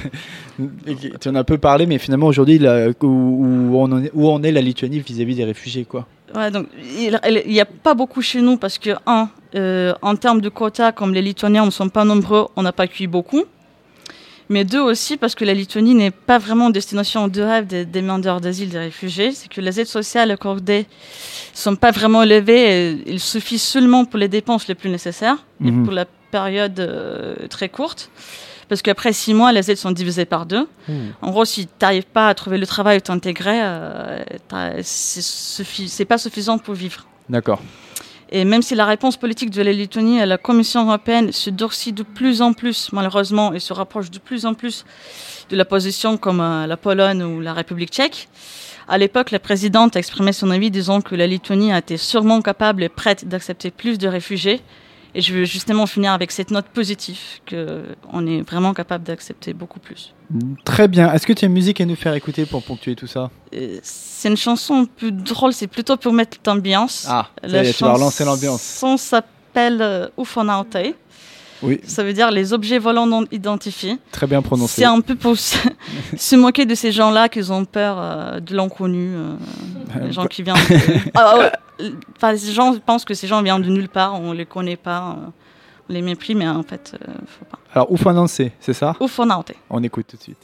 Tu en as un peu parlé, mais finalement, aujourd'hui, là, où, où, on en est, où on est la Lituanie vis-à-vis des réfugiés, quoi. Ouais, donc il n'y a pas beaucoup chez nous parce que, un, euh, en termes de quotas, comme les Lituaniens ne sont pas nombreux, on n'a pas accueilli beaucoup. Mais deux aussi parce que la Lituanie n'est pas vraiment une destination de rêve des demandeurs d'asile, des réfugiés. C'est que les aides sociales accordées ne sont pas vraiment élevées. Et il suffit seulement pour les dépenses les plus nécessaires mmh. et pour la période euh, très courte. Parce qu'après six mois, les aides sont divisées par deux. Mmh. En gros, si tu n'arrives pas à trouver le travail ou t'intégrer, euh, c'est, suffi- c'est pas suffisant pour vivre. D'accord. Et même si la réponse politique de la Lituanie à la Commission européenne se durcit de plus en plus, malheureusement, et se rapproche de plus en plus de la position comme euh, la Pologne ou la République tchèque, à l'époque, la présidente a exprimé son avis disant que la Lituanie a été sûrement capable et prête d'accepter plus de réfugiés. Et je veux justement finir avec cette note positive, qu'on est vraiment capable d'accepter beaucoup plus. Très bien. Est-ce que tu as une musique à nous faire écouter pour ponctuer tout ça? euh, C'est une chanson un peu drôle, c'est plutôt pour mettre l'ambiance. Ah, ça la y est, tu vas relancer l'ambiance. La chanson s'appelle euh, Ufonaute. Oui. Ça veut dire les objets volants non identifiés. Très bien prononcé. C'est un peu pour se, se moquer de ces gens-là qui ont peur euh, de l'inconnu. Euh, les gens qui viennent... De... ah, ouais. Enfin, les gens pensent que ces gens viennent de nulle part, on les connaît pas, on les méprise, mais en fait, euh, faut pas. Alors, Ufonaute, c'est ça? Ufonaute. On écoute tout de suite.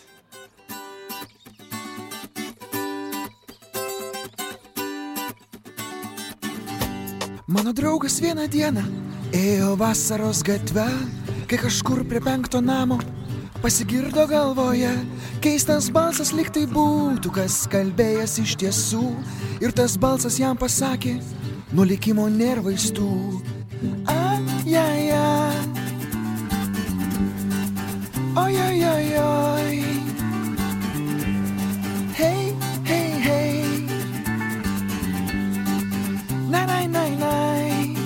Mano draugas vieną dieną ėjo vasaros gatve, kai kažkur prie penkto namo pasigirdo galvoje keistas balsas, lyg tai būtų kas kalbėjęs iš tiesų. Ir tas balsas jam pasakė, nuo likimo nėra vaistų. Ai, ai, ai. Oi, oi, oi, oi. Hey, hey, hey. Nai, nai, nai, nai.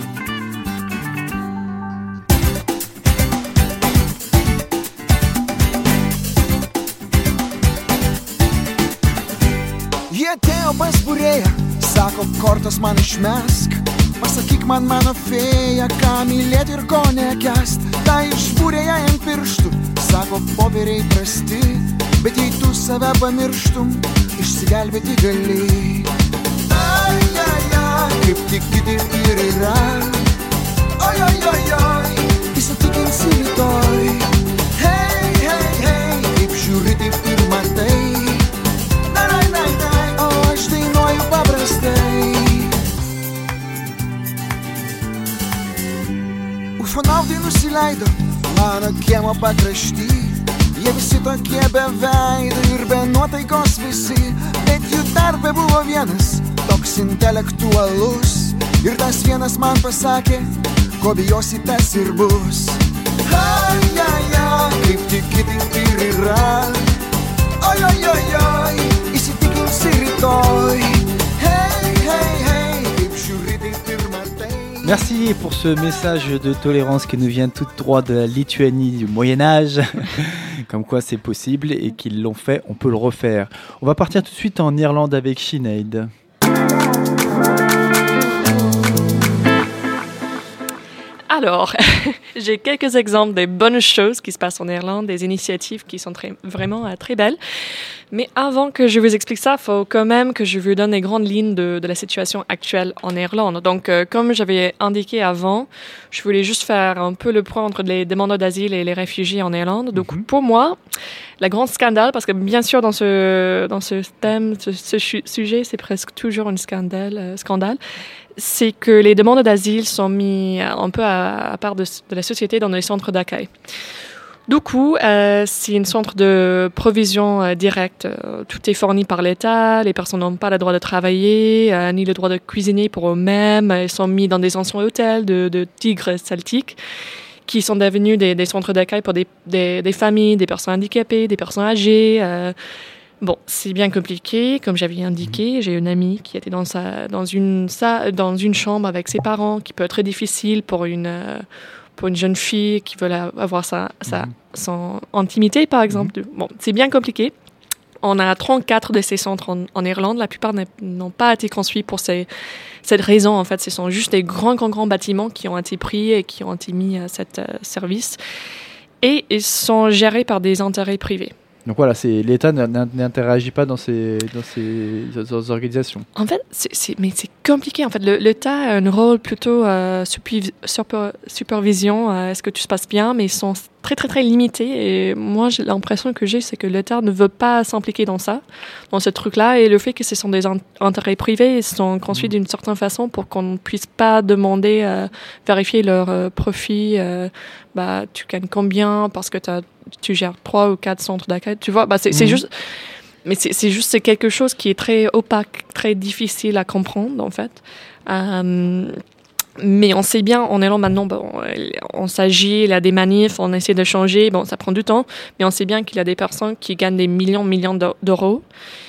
Jie atėjo pas būrėją, sako, kortas man išmesk. Pasakyk man, mano fėja, ką mylėti ir ko nekęst. Ta išbūrėja ant pirštų, sako, popieriai prasti. Bet jei tu save pamirštum, išsigelbėti gali. Ai, ai, ai, kaip tik kitaip ir yra. Oi, oi, oi, oi, įsitikinsi rytoj. Hei, hei, hei, kaip žiūri, taip ir matai. Nai, nai, nai, nai, o aš dainuoju paprastai. Ufonautai nusileido mano kiemo pakrašty. Jie visi tokie be veido ir be nuotaikos visi. Bet jų tarpe buvo vienas, toks intelektualus. Ir tas vienas man pasakė, ko bijosi tas ir bus. Ai, ai, ai, kaip tik kitaip ir yra. Oi, oi, oi, oi, įsitikinsi rytoj. Hei, hei, hei, kaip žiūri, taip ir matai. Merci pour ce message de tolérance qui nous vient tout droit de la Lituanie du Moyen-Âge. Comme quoi c'est possible et qu'ils l'ont fait, on peut le refaire. On va partir tout de suite en Irlande avec Sinead. Alors, j'ai quelques exemples des bonnes choses qui se passent en Irlande, des initiatives qui sont très, vraiment euh, très belles. Mais avant que je vous explique ça, il faut quand même que je vous donne les grandes lignes de, de la situation actuelle en Irlande. Donc, euh, comme j'avais indiqué avant, je voulais juste faire un peu le point entre les demandeurs d'asile et les réfugiés en Irlande. Donc, mm-hmm. pour moi, la grande scandale, parce que bien sûr, dans ce, dans ce thème, ce, ce sujet, c'est presque toujours un scandale, euh, scandale, c'est que les demandeurs d'asile sont mis un peu à, à part de, de la société dans les centres d'accueil. Du coup, euh, c'est un centre de provision euh, directe. Euh, tout est fourni par l'État. Les personnes n'ont pas le droit de travailler, euh, ni le droit de cuisiner pour eux-mêmes. Ils sont mis dans des anciens hôtels de, de tigres celtiques qui sont devenus des, des centres d'accueil pour des, des, des familles, des personnes handicapées, des personnes âgées. Euh, Bon, c'est bien compliqué, comme j'avais indiqué. J'ai une amie qui était dans, sa, dans, une, sa, dans une chambre avec ses parents, qui peut être très difficile pour une, pour une jeune fille qui veut la, avoir sa, sa, son intimité, par exemple. Bon, c'est bien compliqué. On a trente-quatre de ces centres en, en Irlande. La plupart n'ont pas été construits pour ces, cette raison. En fait, ce sont juste des grands, grands, grands bâtiments qui ont été pris et qui ont été mis à cet euh, service. Et ils sont gérés par des intérêts privés. Donc voilà, c'est, l'État n'interagit pas dans ces, dans ces, dans ces organisations. En fait, c'est, c'est, mais c'est compliqué. En fait, le, l'État a un rôle plutôt euh, supervi- super, supervision. Euh, est-ce que tout se passe bien? Mais ils sont très, très, très limités. Et moi, j'ai l'impression que j'ai, c'est que l'État ne veut pas s'impliquer dans ça, dans ce truc-là. Et le fait que ce sont des in- intérêts privés, ils sont construits d'une certaine façon pour qu'on ne puisse pas demander, euh, vérifier leur euh, profit. Euh, bah, tu gagnes combien parce que t'as tu gères trois ou quatre centres d'accueil, tu vois, bah c'est, mmh. c'est juste, mais c'est, c'est juste c'est quelque chose qui est très opaque, très difficile à comprendre en fait. Euh, mais on sait bien, en Irlande maintenant, bon, on s'agit, il y a des manifs, on essaie de changer, bon, ça prend du temps, mais on sait bien qu'il y a des personnes qui gagnent des millions, millions d'euros,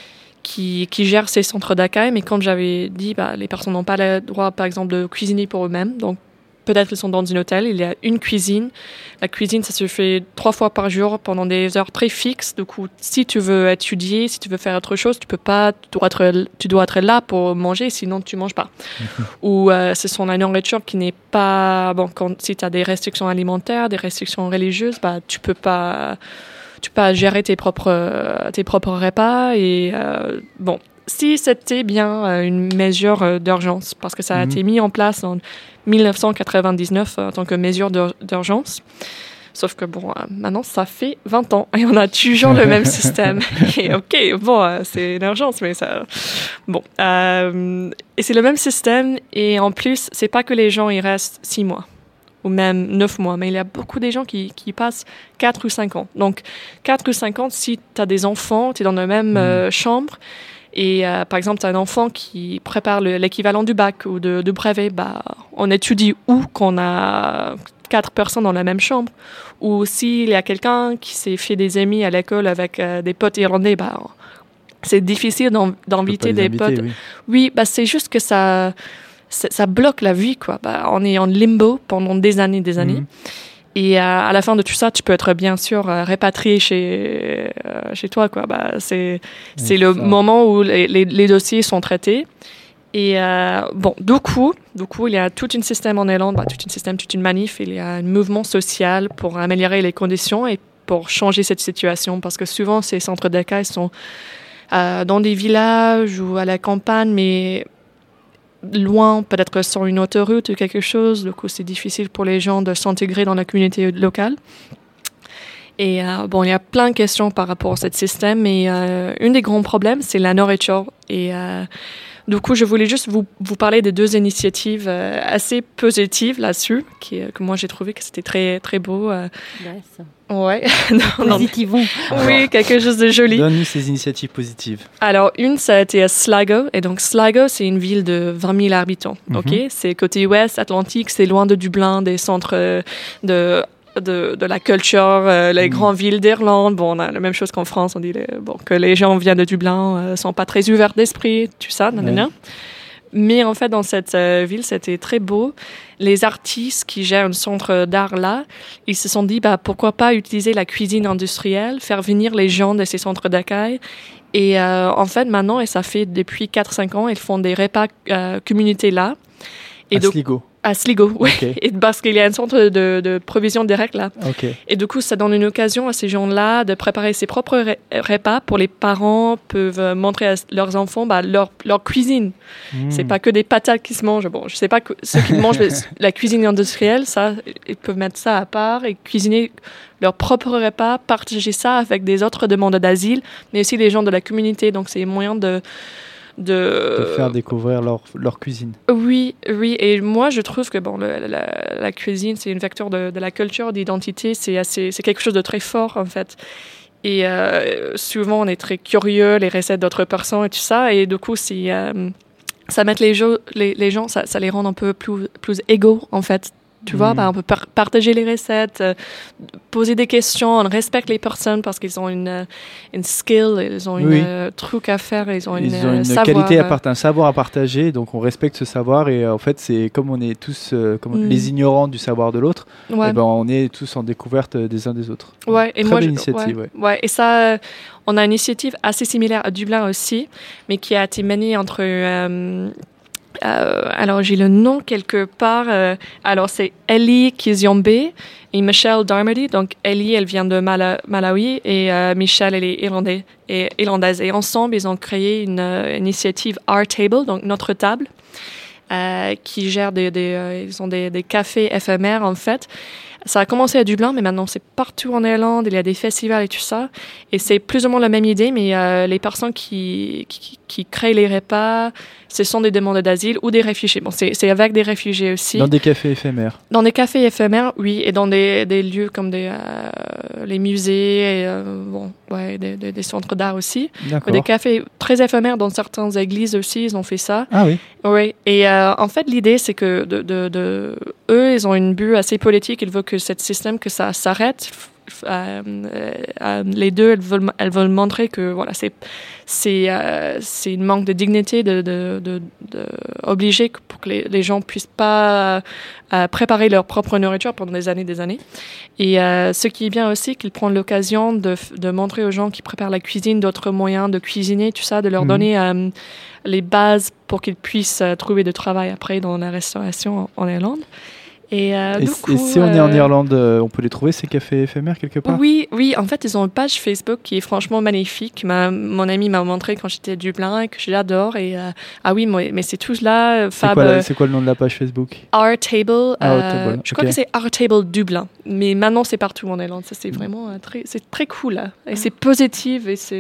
qui, qui gèrent ces centres d'accueil, mais comme j'avais dit, bah, les personnes n'ont pas le droit, par exemple, de cuisiner pour eux-mêmes, donc peut-être ils sont dans un hôtel, il y a une cuisine. La cuisine, ça se fait trois fois par jour pendant des heures très fixes. Du coup, si tu veux étudier, si tu veux faire autre chose, tu peux pas, tu dois être, tu dois être là pour manger, sinon tu manges pas. Ou euh, ce sont la nourriture qui n'est pas, bon, quand, si tu as des restrictions alimentaires, des restrictions religieuses, bah, tu peux pas, tu peux pas gérer tes propres, tes propres repas et, euh, bon. Si c'était bien euh, une mesure euh, d'urgence, parce que ça a mmh. été mis en place en dix-neuf cent quatre-vingt-dix-neuf euh, en tant que mesure d'ur- d'urgence. Sauf que bon, euh, maintenant, ça fait vingt ans et on a toujours le même système. Et ok, bon, euh, c'est une urgence, mais ça... Bon. Euh, et c'est le même système et en plus, c'est pas que les gens, ils restent six mois ou même neuf mois, mais il y a beaucoup de gens qui, qui passent quatre ou cinq ans. Donc, quatre ou cinq ans, si tu as des enfants, tu es dans la même mmh. euh, chambre, Et euh, par exemple, tu as un enfant qui prépare le, l'équivalent du bac ou de, de brevet, bah, on étudie où qu'on a quatre personnes dans la même chambre. Ou s'il y a quelqu'un qui s'est fait des amis à l'école avec euh, des potes irlandais, bah, c'est difficile d'en, d'inviter des inviter, potes. Oui, oui bah, c'est juste que ça, ça, ça bloque la vie, quoi. Bah, on est en limbo pendant des années, des années. Mm-hmm. Et euh, à la fin de tout ça, tu peux être bien sûr euh, répatrié chez, euh, chez toi, quoi. Bah, c'est, c'est oui, le ça. moment où les, les, les dossiers sont traités. Et euh, bon, du coup, du coup, il y a tout un système en Irlande, bah, tout un système, toute une manif, il y a un mouvement social pour améliorer les conditions et pour changer cette situation. Parce que souvent, ces centres d'accueil sont euh, dans des villages ou à la campagne, mais loin, peut-être sur une autoroute ou quelque chose. Du coup, c'est difficile pour les gens de s'intégrer dans la communauté locale. Et euh, bon, il y a plein de questions par rapport à ce système, mais euh, un des grands problèmes, c'est la nourriture. Et euh, du coup, je voulais juste vous, vous parler de deux initiatives euh, assez positives là-dessus, qui, que moi j'ai trouvé que c'était très, très beau. Euh. Yes. Ouais. Positivons. Oui, quelque chose de joli. Donne-nous ces initiatives positives. Alors, une, ça a été à Sligo. Et donc, Sligo, c'est une ville de vingt mille habitants. Mm-hmm. OK? C'est côté ouest, Atlantique, c'est loin de Dublin, des centres de... De, de la culture, euh, les mmh. grandes villes d'Irlande. Bon, on a la même chose qu'en France. On dit les, bon, que les gens viennent de Dublin, euh, sont pas très ouverts d'esprit, tout ça. Nanana. Mmh. Mais en fait, dans cette euh, ville, c'était très beau. Les artistes qui gèrent un centre d'art là, ils se sont dit, bah, pourquoi pas utiliser la cuisine industrielle, faire venir les gens de ces centres d'accueil. Et euh, en fait, maintenant, et ça fait depuis quatre cinq ans, ils font des repas euh, communautés là. Et à donc, Sligo. À Sligo, oui. Okay. Et parce qu'il y a un centre de, de provision directe là. Okay. Et du coup, ça donne une occasion à ces gens-là de préparer ses propres re- repas pour les parents, peuvent montrer à leurs enfants bah, leur, leur cuisine. Mm. C'est pas que des patates qui se mangent. Bon, je sais pas que ceux qui mangent la cuisine industrielle, ça, ils peuvent mettre ça à part et cuisiner leur propre repas, partager ça avec des autres demandeurs d'asile, mais aussi les gens de la communauté. Donc, c'est un moyen de De... de faire découvrir leur, leur cuisine. Oui, oui. Et moi, je trouve que bon, le, la, la cuisine, c'est un vecteur de, de la culture, d'identité. C'est, assez, c'est quelque chose de très fort, en fait. Et euh, souvent, on est très curieux, les recettes d'autres personnes et tout ça. Et du coup, c'est, euh, ça met les, jo- les, les gens, ça, ça les rend un peu plus, plus égaux, en fait. Tu mmh. vois, bah, on peut par- partager les recettes, euh, poser des questions, on respecte les personnes parce qu'ils ont une, une skill, ils ont oui. une euh, truc à faire, ils ont ils une, ont une savoir, qualité à euh... partager, un savoir à partager, donc on respecte ce savoir et euh, en fait c'est comme on est tous euh, comme mmh. les ignorants du savoir de l'autre, ouais. et ben on est tous en découverte des uns des autres. Ouais, et très moi, belle je, initiative. Ouais, ouais. ouais, et ça, on a une initiative assez similaire à Dublin aussi, mais qui a été menée entre euh, Euh, alors, j'ai le nom quelque part. Euh, alors, c'est Ellie Kizombe et Michelle Darmody. Donc, Ellie, elle vient de Mala- Malawi et euh, Michelle, elle est irlandais et, irlandaise. Et ensemble, ils ont créé une euh, initiative Our Table, donc notre table, euh, qui gère des, des, euh, ils ont des, des cafés éphémères, en fait. Ça a commencé à Dublin, mais maintenant c'est partout en Irlande. Il y a des festivals et tout ça. Et c'est plus ou moins la même idée, mais euh, les personnes qui, qui, qui créent les repas, ce sont des demandeurs d'asile ou des réfugiés. Bon, c'est, c'est avec des réfugiés aussi. Dans des cafés éphémères. Dans des cafés éphémères, oui, et dans des, des lieux comme des, euh, les musées, et, euh, bon, ouais, des, des, des centres d'art aussi. D'accord. Des cafés très éphémères dans certaines églises aussi, ils ont fait ça. Ah oui. Oui, et euh, en fait, l'idée, c'est que de, de, de, eux, ils ont une but assez politique. Ils veulent que ce système, que ça s'arrête. Euh, euh, les deux, elles veulent, elles veulent montrer que voilà, c'est c'est euh, c'est une manque de dignité de de, de, de obliger pour que les, les gens puissent pas euh, préparer leur propre nourriture pendant des années, des années. Et euh, ce qui est bien aussi, qu'ils prennent l'occasion de de montrer aux gens qui préparent la cuisine d'autres moyens de cuisiner, tout ça, de leur mmh. donner euh, les bases pour qu'ils puissent euh, trouver du travail après dans la restauration en, en Irlande. Et, euh, et, du coup, et si on est en euh, Irlande, euh, on peut les trouver, ces cafés éphémères, quelque part? Oui, oui. En fait, ils ont une page Facebook qui est franchement magnifique. Ma, mon ami m'a montré quand j'étais à Dublin et que j'adore. Et, euh, ah oui, moi, mais c'est tout là. C'est Fab, quoi, la, c'est quoi le nom de la page Facebook? Our Table. Our euh, Table. Je crois okay. que c'est Our Table Dublin. Mais maintenant, c'est partout en Irlande. Ça, c'est vraiment euh, très, c'est très cool. Là. Et c'est positif et c'est bon.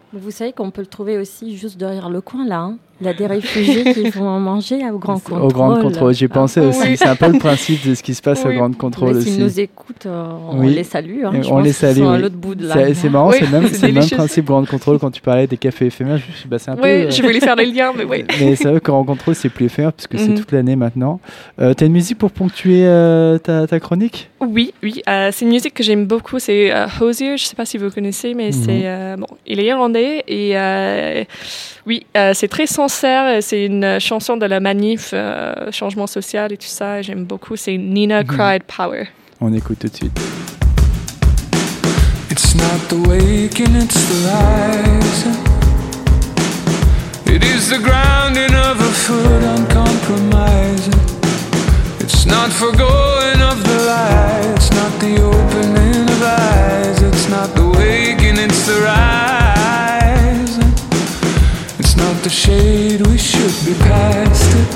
Vous savez qu'on peut le trouver aussi juste derrière le coin, là. Hein. Il y a des réfugiés qui vont en manger au Grand Contrôle. Au Grand Contrôle, j'ai pensé ah, aussi. Oui. C'est un peu le principe de ce qui se passe oui. au Grand Contrôle Mais aussi. s'ils nous écoutent, euh, on oui. les salue. Hein. Je on pense les salue. qu'ils sont oui. à l'autre bout de la c'est, c'est marrant, oui, c'est, même, c'est c'est le même délicieux. principe Grand Contrôle quand tu parlais des cafés éphémères. Je me suis dit, bah, c'est un Oui, peu. euh, je voulais faire les liens, mais oui. Mais c'est vrai que Grand Contrôle, c'est plus éphémère puisque c'est Mhm. toute l'année maintenant. Euh, t'as une musique pour ponctuer euh, ta, ta chronique? Oui, oui. euh, c'est une musique que j'aime beaucoup. C'est euh, Hozier. Je ne sais pas si vous connaissez, mais Mhm. c'est euh, bon. Il est irlandais et euh, oui, euh, c'est très sincère. C'est une chanson de la manif, euh, changement social et tout ça. J'aime beaucoup. C'est Nina Mhm. Cried Power. On écoute tout de suite. It's not the waking, it's the rising. It is the grounding of a foot uncompromising. It's not forgoing of the light. It's not the opening of eyes. It's not the waking, it's the rising. It's not the shade, we should be past it.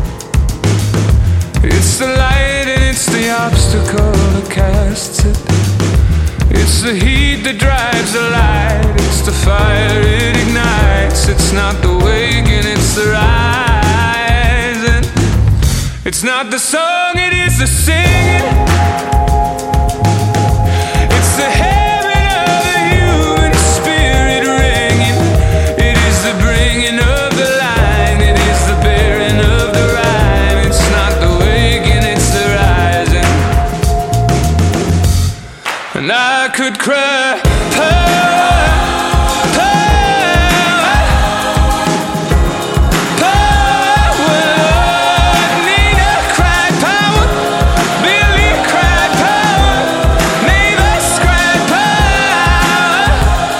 It's the light and it's the obstacle that casts it. It's the heat that drives the light. It's the fire it ignites. It's not the waking, it's the rising. It's not the song, it is the singing. It's the heaven of the human spirit ringing. It is the bringing of the line. It is the bearing of the rhyme. It's not the waking, it's the rising. And I could cry power, power, power. Nina cried power, Billy cried power, Mavis cried power.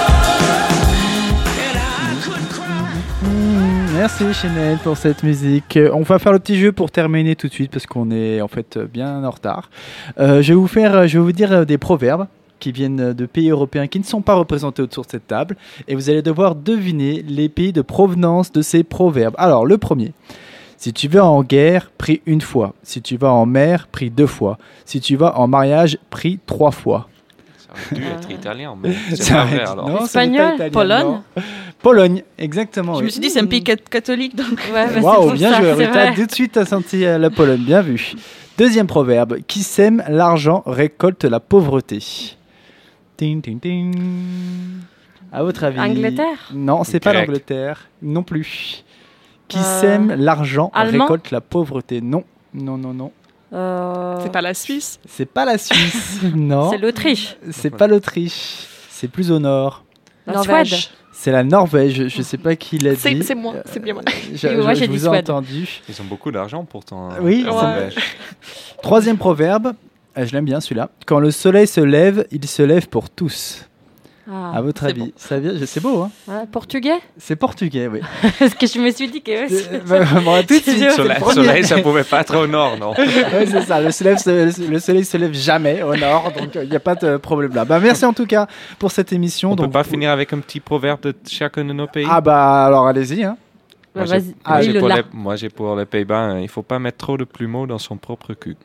And I could cry. Mmh, merci Chanel pour cette musique. Euh, On va faire le petit jeu pour terminer tout de suite parce qu'on est en fait bien en retard. Euh, je vais vous faire, je vais vous dire euh, des proverbes qui viennent de pays européens qui ne sont pas représentés autour de cette table et vous allez devoir deviner les pays de provenance de ces proverbes. Alors le premier. Si tu vas en guerre, prie une fois. Si tu vas en mer, prie deux fois. Si tu vas en mariage, prie trois fois. Ça aurait dû être italien, mais c'est Ça pas va vrai être- alors. non, ce n'est pas Espagnol, italien, Pologne. non. Pologne, exactement. Je oui. me suis dit, c'est un pays cat- catholique, donc. Ouais, bah, c'est Waouh, pour bien ça, joué. c'est Rita, vrai. tout de suite, t'as senti euh, la Pologne. Bien vu. Deuxième proverbe. Qui sème l'argent récolte la pauvreté. Ting, ting, ting. À votre avis. Angleterre? Non, c'est pas Grec. l'Angleterre. Non plus. Qui Euh, sème l'argent Allemand? récolte la pauvreté. Non, non, non, non. Euh, C'est pas la Suisse. C'est pas la Suisse. non. C'est l'Autriche. C'est pas l'Autriche. C'est plus au nord. La Norvège. Suède. C'est la Norvège. Je sais pas qui l'a C'est dit. c'est moi, c'est bien moi. Je, Oui, je- moi, je j'ai dit vous ai Suède. entendu. Ils ont beaucoup d'argent pourtant. hein, Oui, la c'est- Norvège. Troisième proverbe, euh, je l'aime bien celui-là. Quand le soleil se lève, il se lève pour tous. Ah, à votre c'est avis, bon. ça vient, je- c'est beau, hein? ouais, portugais. C'est portugais, oui. Parce que je me suis dit que. ouais, c'est- Euh, bah, bah, tout de suite, Le c'est Soleil, le premier. soleil, ça pouvait pas être au nord, non. Ouais, c'est ça. Le soleil, se, le soleil se lève jamais au nord, donc il n'y a pas de problème là. Bah, merci en tout cas pour cette émission. On donc, peut pas vous- finir avec un petit proverbe de chacun de nos pays. Ah bah alors allez-y. Hein. Bah, Moi, j'ai- vas-y, Ah, moi, oui, j'ai le pour là. les, moi, j'ai pour les Pays-Bas, hein, il faut pas mettre trop de plumeaux dans son propre cul.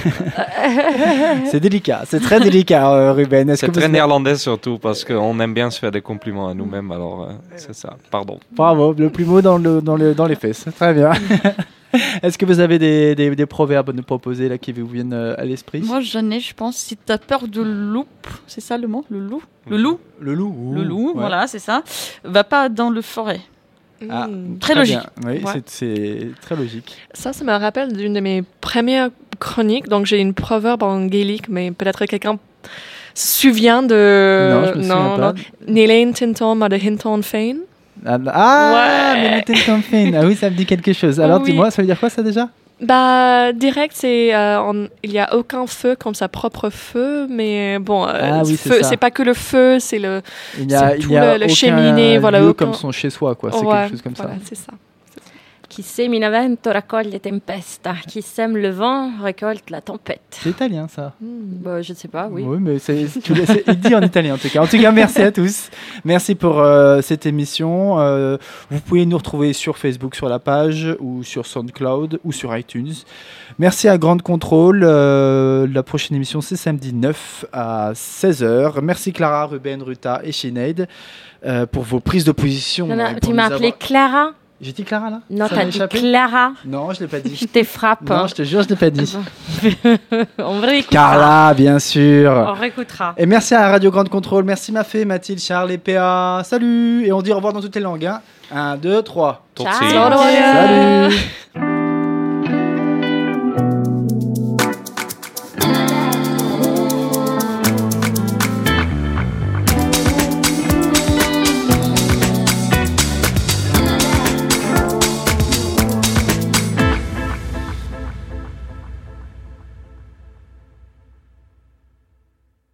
C'est délicat, c'est très délicat, euh, Ruben. Est-ce C'est que vous- très néerlandais surtout parce qu'on aime bien se faire des compliments à nous-mêmes, alors euh, c'est ça. Pardon. Bravo, le plus mot dans, le, dans, le, dans les fesses. Très bien. Est-ce que vous avez des, des, des proverbes à nous proposer là qui vous viennent euh, à l'esprit? Moi, j'en ai, je pense. Si t'as peur de loupe, c'est ça le mot? Le loup? Le loup? Le loup. Le loup, ouais. voilà, c'est ça. Va pas dans le forêt. Ah, Mm. Très logique. bien. Oui, Ouais. c'est- c'est très logique. Ça, ça me rappelle d'une de mes premières chroniques. Donc, j'ai une proverbe en gaélique, mais peut-être que quelqu'un se souvient de. non, je me souviens pas. Nílain Tinton ma de Hinton Fain. Ah, ah Ouais. mais le Tintin. Ah oui, ça me dit quelque chose. Alors Oui. dis-moi, ça veut dire quoi ça déjà? Bah, direct, c'est. euh, on- il n'y a aucun feu comme sa propre feu, mais bon, euh, Ah oui, c'est feu, ça. c'est pas que le feu, c'est le. Il y a, C'est il tout y a le- le aucun cheminée, voilà, lieu aucun- comme son chez soi, quoi. C'est Ouais, quelque chose comme voilà, ça. c'est ça. Chi semina vento raccoglie tempesta. Qui sème le vent récolte la tempête. C'est italien, ça. Mmh, bah, je ne sais pas, oui. Oui, mais c'est, tu le sais, il dit en italien en tout cas. En tout cas, merci à tous. Merci pour euh, cette émission. Euh, vous pouvez nous retrouver sur Facebook, sur la page, ou sur SoundCloud, ou sur iTunes. Merci à Grande Contrôle. Euh, la prochaine émission, c'est samedi neuf à seize heures. Merci Clara, Ruben, Ruta et Sinead euh, pour vos prises de position. Non, non, et tu pour m'as nous appelé avoir- Clara? J'ai dit Clara là Non, Ça t'as m'a dit échappé Clara. Non, je l'ai pas dit. Je te frappe. Non, je te jure, je l'ai pas dit. On réécoutera. Carla, bien sûr. On réécoutera. Et merci à Radio Grande Contrôle. Merci Mafé, Mathilde, Charles et P A. Salut. Et on dit au revoir dans toutes les langues. Hein. Un, deux, trois. Ciao. Salut.